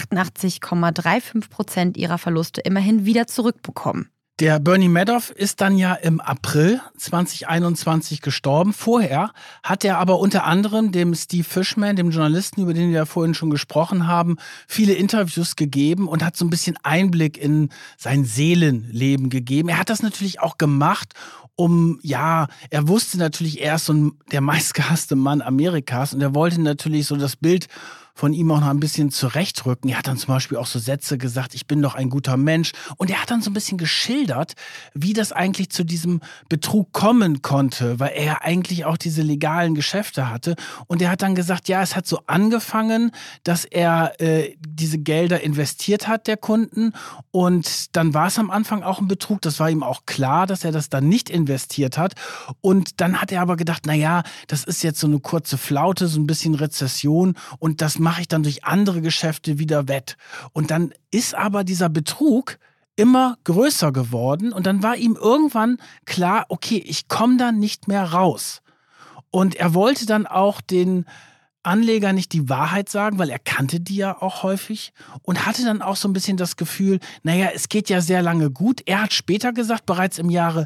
88,35% ihrer Verluste immerhin wieder zurückbekommen. Der Bernie Madoff ist dann ja im April 2021 gestorben. Vorher hat er aber unter anderem dem Steve Fishman, dem Journalisten, über den wir ja vorhin schon gesprochen haben, viele Interviews gegeben und hat so ein bisschen Einblick in sein Seelenleben gegeben. Er hat das natürlich auch gemacht, er wusste natürlich, er ist so der meistgehasste Mann Amerikas und er wollte natürlich so das Bild von ihm auch noch ein bisschen zurechtrücken. Er hat dann zum Beispiel auch so Sätze gesagt, ich bin doch ein guter Mensch. Und er hat dann so ein bisschen geschildert, wie das eigentlich zu diesem Betrug kommen konnte, weil er ja eigentlich auch diese legalen Geschäfte hatte. Und er hat dann gesagt, ja, es hat so angefangen, dass er diese Gelder investiert hat, der Kunden. Und dann war es am Anfang auch ein Betrug. Das war ihm auch klar, dass er das dann nicht investiert hat. Und dann hat er aber gedacht, naja, das ist jetzt so eine kurze Flaute, so ein bisschen Rezession und das mache ich dann durch andere Geschäfte wieder wett. Und dann ist aber dieser Betrug immer größer geworden und dann war ihm irgendwann klar, okay, ich komme da nicht mehr raus. Und er wollte dann auch den Anleger nicht die Wahrheit sagen, weil er kannte die ja auch häufig und hatte dann auch so ein bisschen das Gefühl, naja, es geht ja sehr lange gut. Er hat später gesagt, bereits im Jahre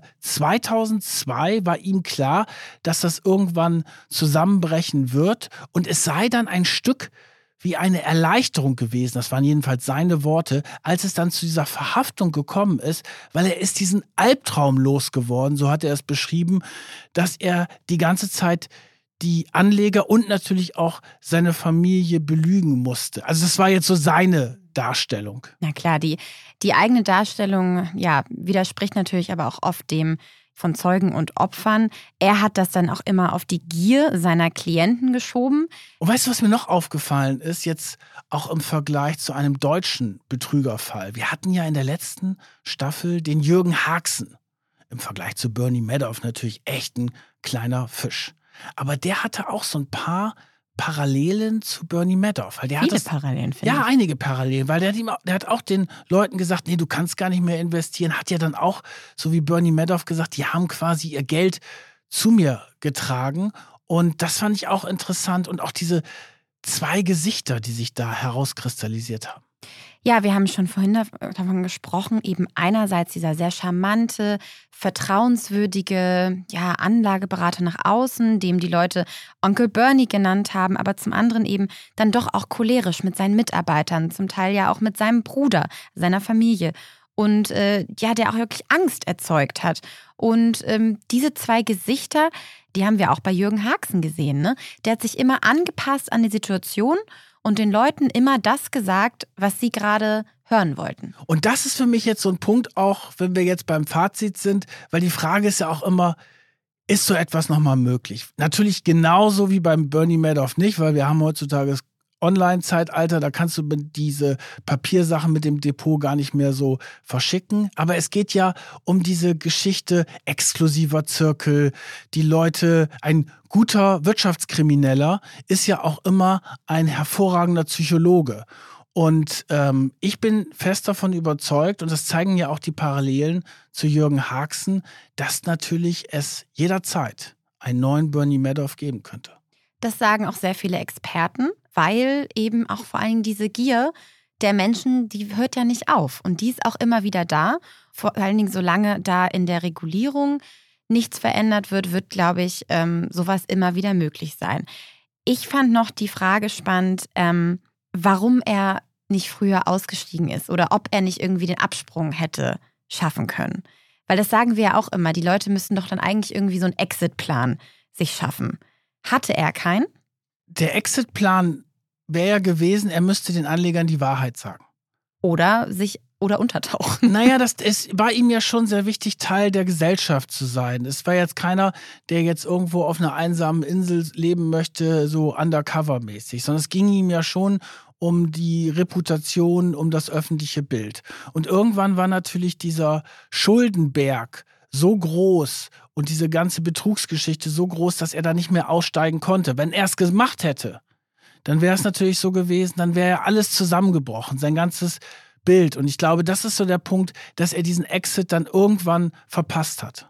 2002 war ihm klar, dass das irgendwann zusammenbrechen wird und es sei dann ein Stück wie eine Erleichterung gewesen, das waren jedenfalls seine Worte, als es dann zu dieser Verhaftung gekommen ist, weil er ist diesen Albtraum losgeworden, so hat er es beschrieben, dass er die ganze Zeit die Anleger und natürlich auch seine Familie belügen musste. Also das war jetzt so seine Darstellung. Na klar, die eigene Darstellung, ja, widerspricht natürlich aber auch oft dem von Zeugen und Opfern. Er hat das dann auch immer auf die Gier seiner Klienten geschoben. Und weißt du, was mir noch aufgefallen ist, jetzt auch im Vergleich zu einem deutschen Betrügerfall? Wir hatten ja in der letzten Staffel den Jürgen Haxen. Im Vergleich zu Bernie Madoff natürlich echt ein kleiner Fisch. Aber der hatte auch so ein paar Parallelen zu Bernie Madoff. Weil der Viele Parallelen, finde ich. Ja, einige Parallelen, weil der hat auch den Leuten gesagt, nee, du kannst gar nicht mehr investieren. Hat ja dann auch, so wie Bernie Madoff gesagt, die haben quasi ihr Geld zu mir getragen. Und das fand ich auch interessant. Und auch diese zwei Gesichter, die sich da herauskristallisiert haben. Ja, wir haben schon vorhin davon gesprochen, eben einerseits dieser sehr charmante, vertrauenswürdige Anlageberater nach außen, dem die Leute Onkel Bernie genannt haben, aber zum anderen eben dann doch auch cholerisch mit seinen Mitarbeitern, zum Teil ja auch mit seinem Bruder, seiner Familie und der auch wirklich Angst erzeugt hat. Und diese zwei Gesichter, die haben wir auch bei Jürgen Haxen gesehen, ne? Der hat sich immer angepasst an die Situation und den Leuten immer das gesagt, was sie gerade hören wollten. Und das ist für mich jetzt so ein Punkt auch, wenn wir jetzt beim Fazit sind, weil die Frage ist ja auch immer, ist so etwas nochmal möglich? Natürlich genauso wie beim Bernie Madoff nicht, weil wir haben heutzutage das Online-Zeitalter, da kannst du diese Papiersachen mit dem Depot gar nicht mehr so verschicken. Aber es geht ja um diese Geschichte exklusiver Zirkel. Die Leute, ein guter Wirtschaftskrimineller ist ja auch immer ein hervorragender Psychologe. Und ich bin fest davon überzeugt, und das zeigen ja auch die Parallelen zu Jürgen Haxen, dass natürlich es jederzeit einen neuen Bernie Madoff geben könnte. Das sagen auch sehr viele Experten, weil eben auch vor allem diese Gier der Menschen, die hört ja nicht auf. Und die ist auch immer wieder da. Vor allen Dingen, solange da in der Regulierung nichts verändert wird, glaube ich, sowas immer wieder möglich sein. Ich fand noch die Frage spannend, warum er nicht früher ausgestiegen ist oder ob er nicht irgendwie den Absprung hätte schaffen können. Weil das sagen wir ja auch immer, die Leute müssen doch dann eigentlich irgendwie so einen Exit-Plan sich schaffen. Hatte er keinen? Der Exit-Plan wäre ja gewesen, er müsste den Anlegern die Wahrheit sagen. Oder untertauchen. Naja, es war ihm ja schon sehr wichtig, Teil der Gesellschaft zu sein. Es war jetzt keiner, der jetzt irgendwo auf einer einsamen Insel leben möchte, so undercover-mäßig, sondern es ging ihm ja schon um die Reputation, um das öffentliche Bild. Und irgendwann war natürlich dieser Schuldenberg so groß und diese ganze Betrugsgeschichte so groß, dass er da nicht mehr aussteigen konnte. Wenn er es gemacht hätte, dann wäre es natürlich so gewesen, dann wäre ja alles zusammengebrochen, sein ganzes Bild. Und ich glaube, das ist so der Punkt, dass er diesen Exit dann irgendwann verpasst hat.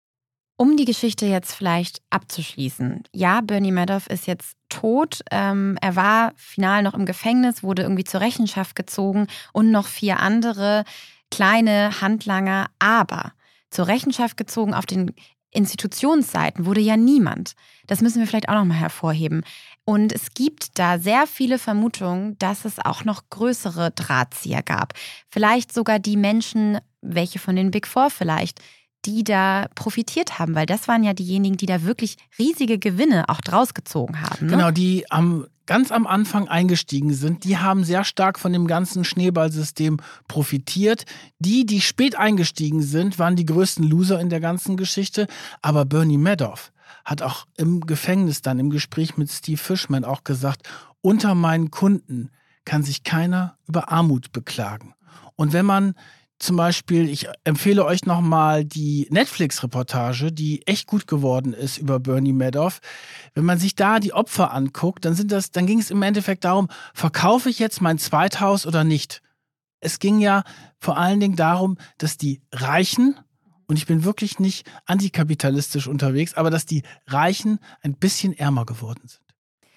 Um die Geschichte jetzt vielleicht abzuschließen. Ja, Bernie Madoff ist jetzt tot. Er war final noch im Gefängnis, wurde irgendwie zur Rechenschaft gezogen und noch 4 andere kleine Handlanger. Aber zur Rechenschaft gezogen auf den Institutionsseiten wurde ja niemand. Das müssen wir vielleicht auch nochmal hervorheben. Und es gibt da sehr viele Vermutungen, dass es auch noch größere Drahtzieher gab. Vielleicht sogar die Menschen, welche von den Big Four vielleicht, die da profitiert haben, weil das waren ja diejenigen, die da wirklich riesige Gewinne auch draus gezogen haben. Ne? Genau, die ganz am Anfang eingestiegen sind, die haben sehr stark von dem ganzen Schneeballsystem profitiert. Die spät eingestiegen sind, waren die größten Loser in der ganzen Geschichte. Aber Bernie Madoff hat auch im Gefängnis dann im Gespräch mit Steve Fishman auch gesagt, unter meinen Kunden kann sich keiner über Armut beklagen. Und wenn man zum Beispiel, ich empfehle euch nochmal die Netflix-Reportage, die echt gut geworden ist über Bernie Madoff. Wenn man sich da die Opfer anguckt, dann ging es im Endeffekt darum, verkaufe ich jetzt mein Zweithaus oder nicht? Es ging ja vor allen Dingen darum, dass die Reichen, und ich bin wirklich nicht antikapitalistisch unterwegs, aber dass die Reichen ein bisschen ärmer geworden sind.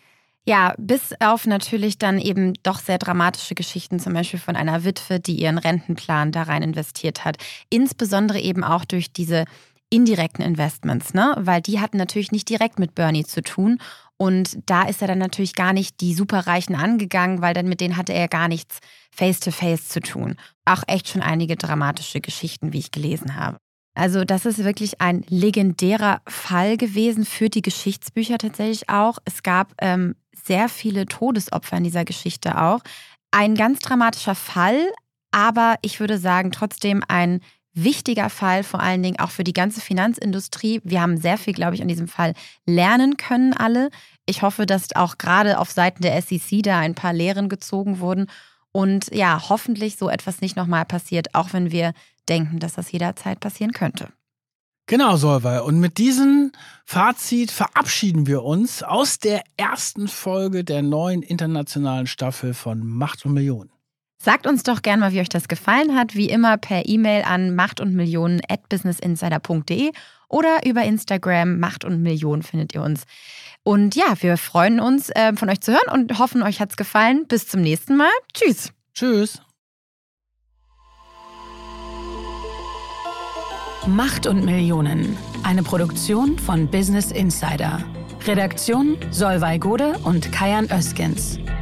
Ja, bis auf natürlich dann eben doch sehr dramatische Geschichten, zum Beispiel von einer Witwe, die ihren Rentenplan da rein investiert hat. Insbesondere eben auch durch diese indirekten Investments, ne? Weil die hatten natürlich nicht direkt mit Bernie zu tun. Und da ist er dann natürlich gar nicht die Superreichen angegangen, weil dann mit denen hatte er gar nichts face-to-face zu tun. Auch echt schon einige dramatische Geschichten, wie ich gelesen habe. Also das ist wirklich ein legendärer Fall gewesen für die Geschichtsbücher tatsächlich auch. Es gab sehr viele Todesopfer in dieser Geschichte auch. Ein ganz dramatischer Fall, aber ich würde sagen trotzdem ein wichtiger Fall, vor allen Dingen auch für die ganze Finanzindustrie. Wir haben sehr viel, glaube ich, an diesem Fall lernen können alle. Ich hoffe, dass auch gerade auf Seiten der SEC da ein paar Lehren gezogen wurden und ja, hoffentlich so etwas nicht nochmal passiert, auch wenn wir denken, dass das jederzeit passieren könnte. Genau, Solveig. Und mit diesem Fazit verabschieden wir uns aus der ersten Folge der neuen internationalen Staffel von Macht und Millionen. Sagt uns doch gerne mal, wie euch das gefallen hat. Wie immer per E-Mail an machtundmillionen@businessinsider.de oder über Instagram. Macht und Millionen findet ihr uns. Und ja, wir freuen uns, von euch zu hören und hoffen, euch hat's gefallen. Bis zum nächsten Mal. Tschüss. Tschüss. Macht und Millionen. Eine Produktion von Business Insider. Redaktion Solveig Gode und Kajan Öskens.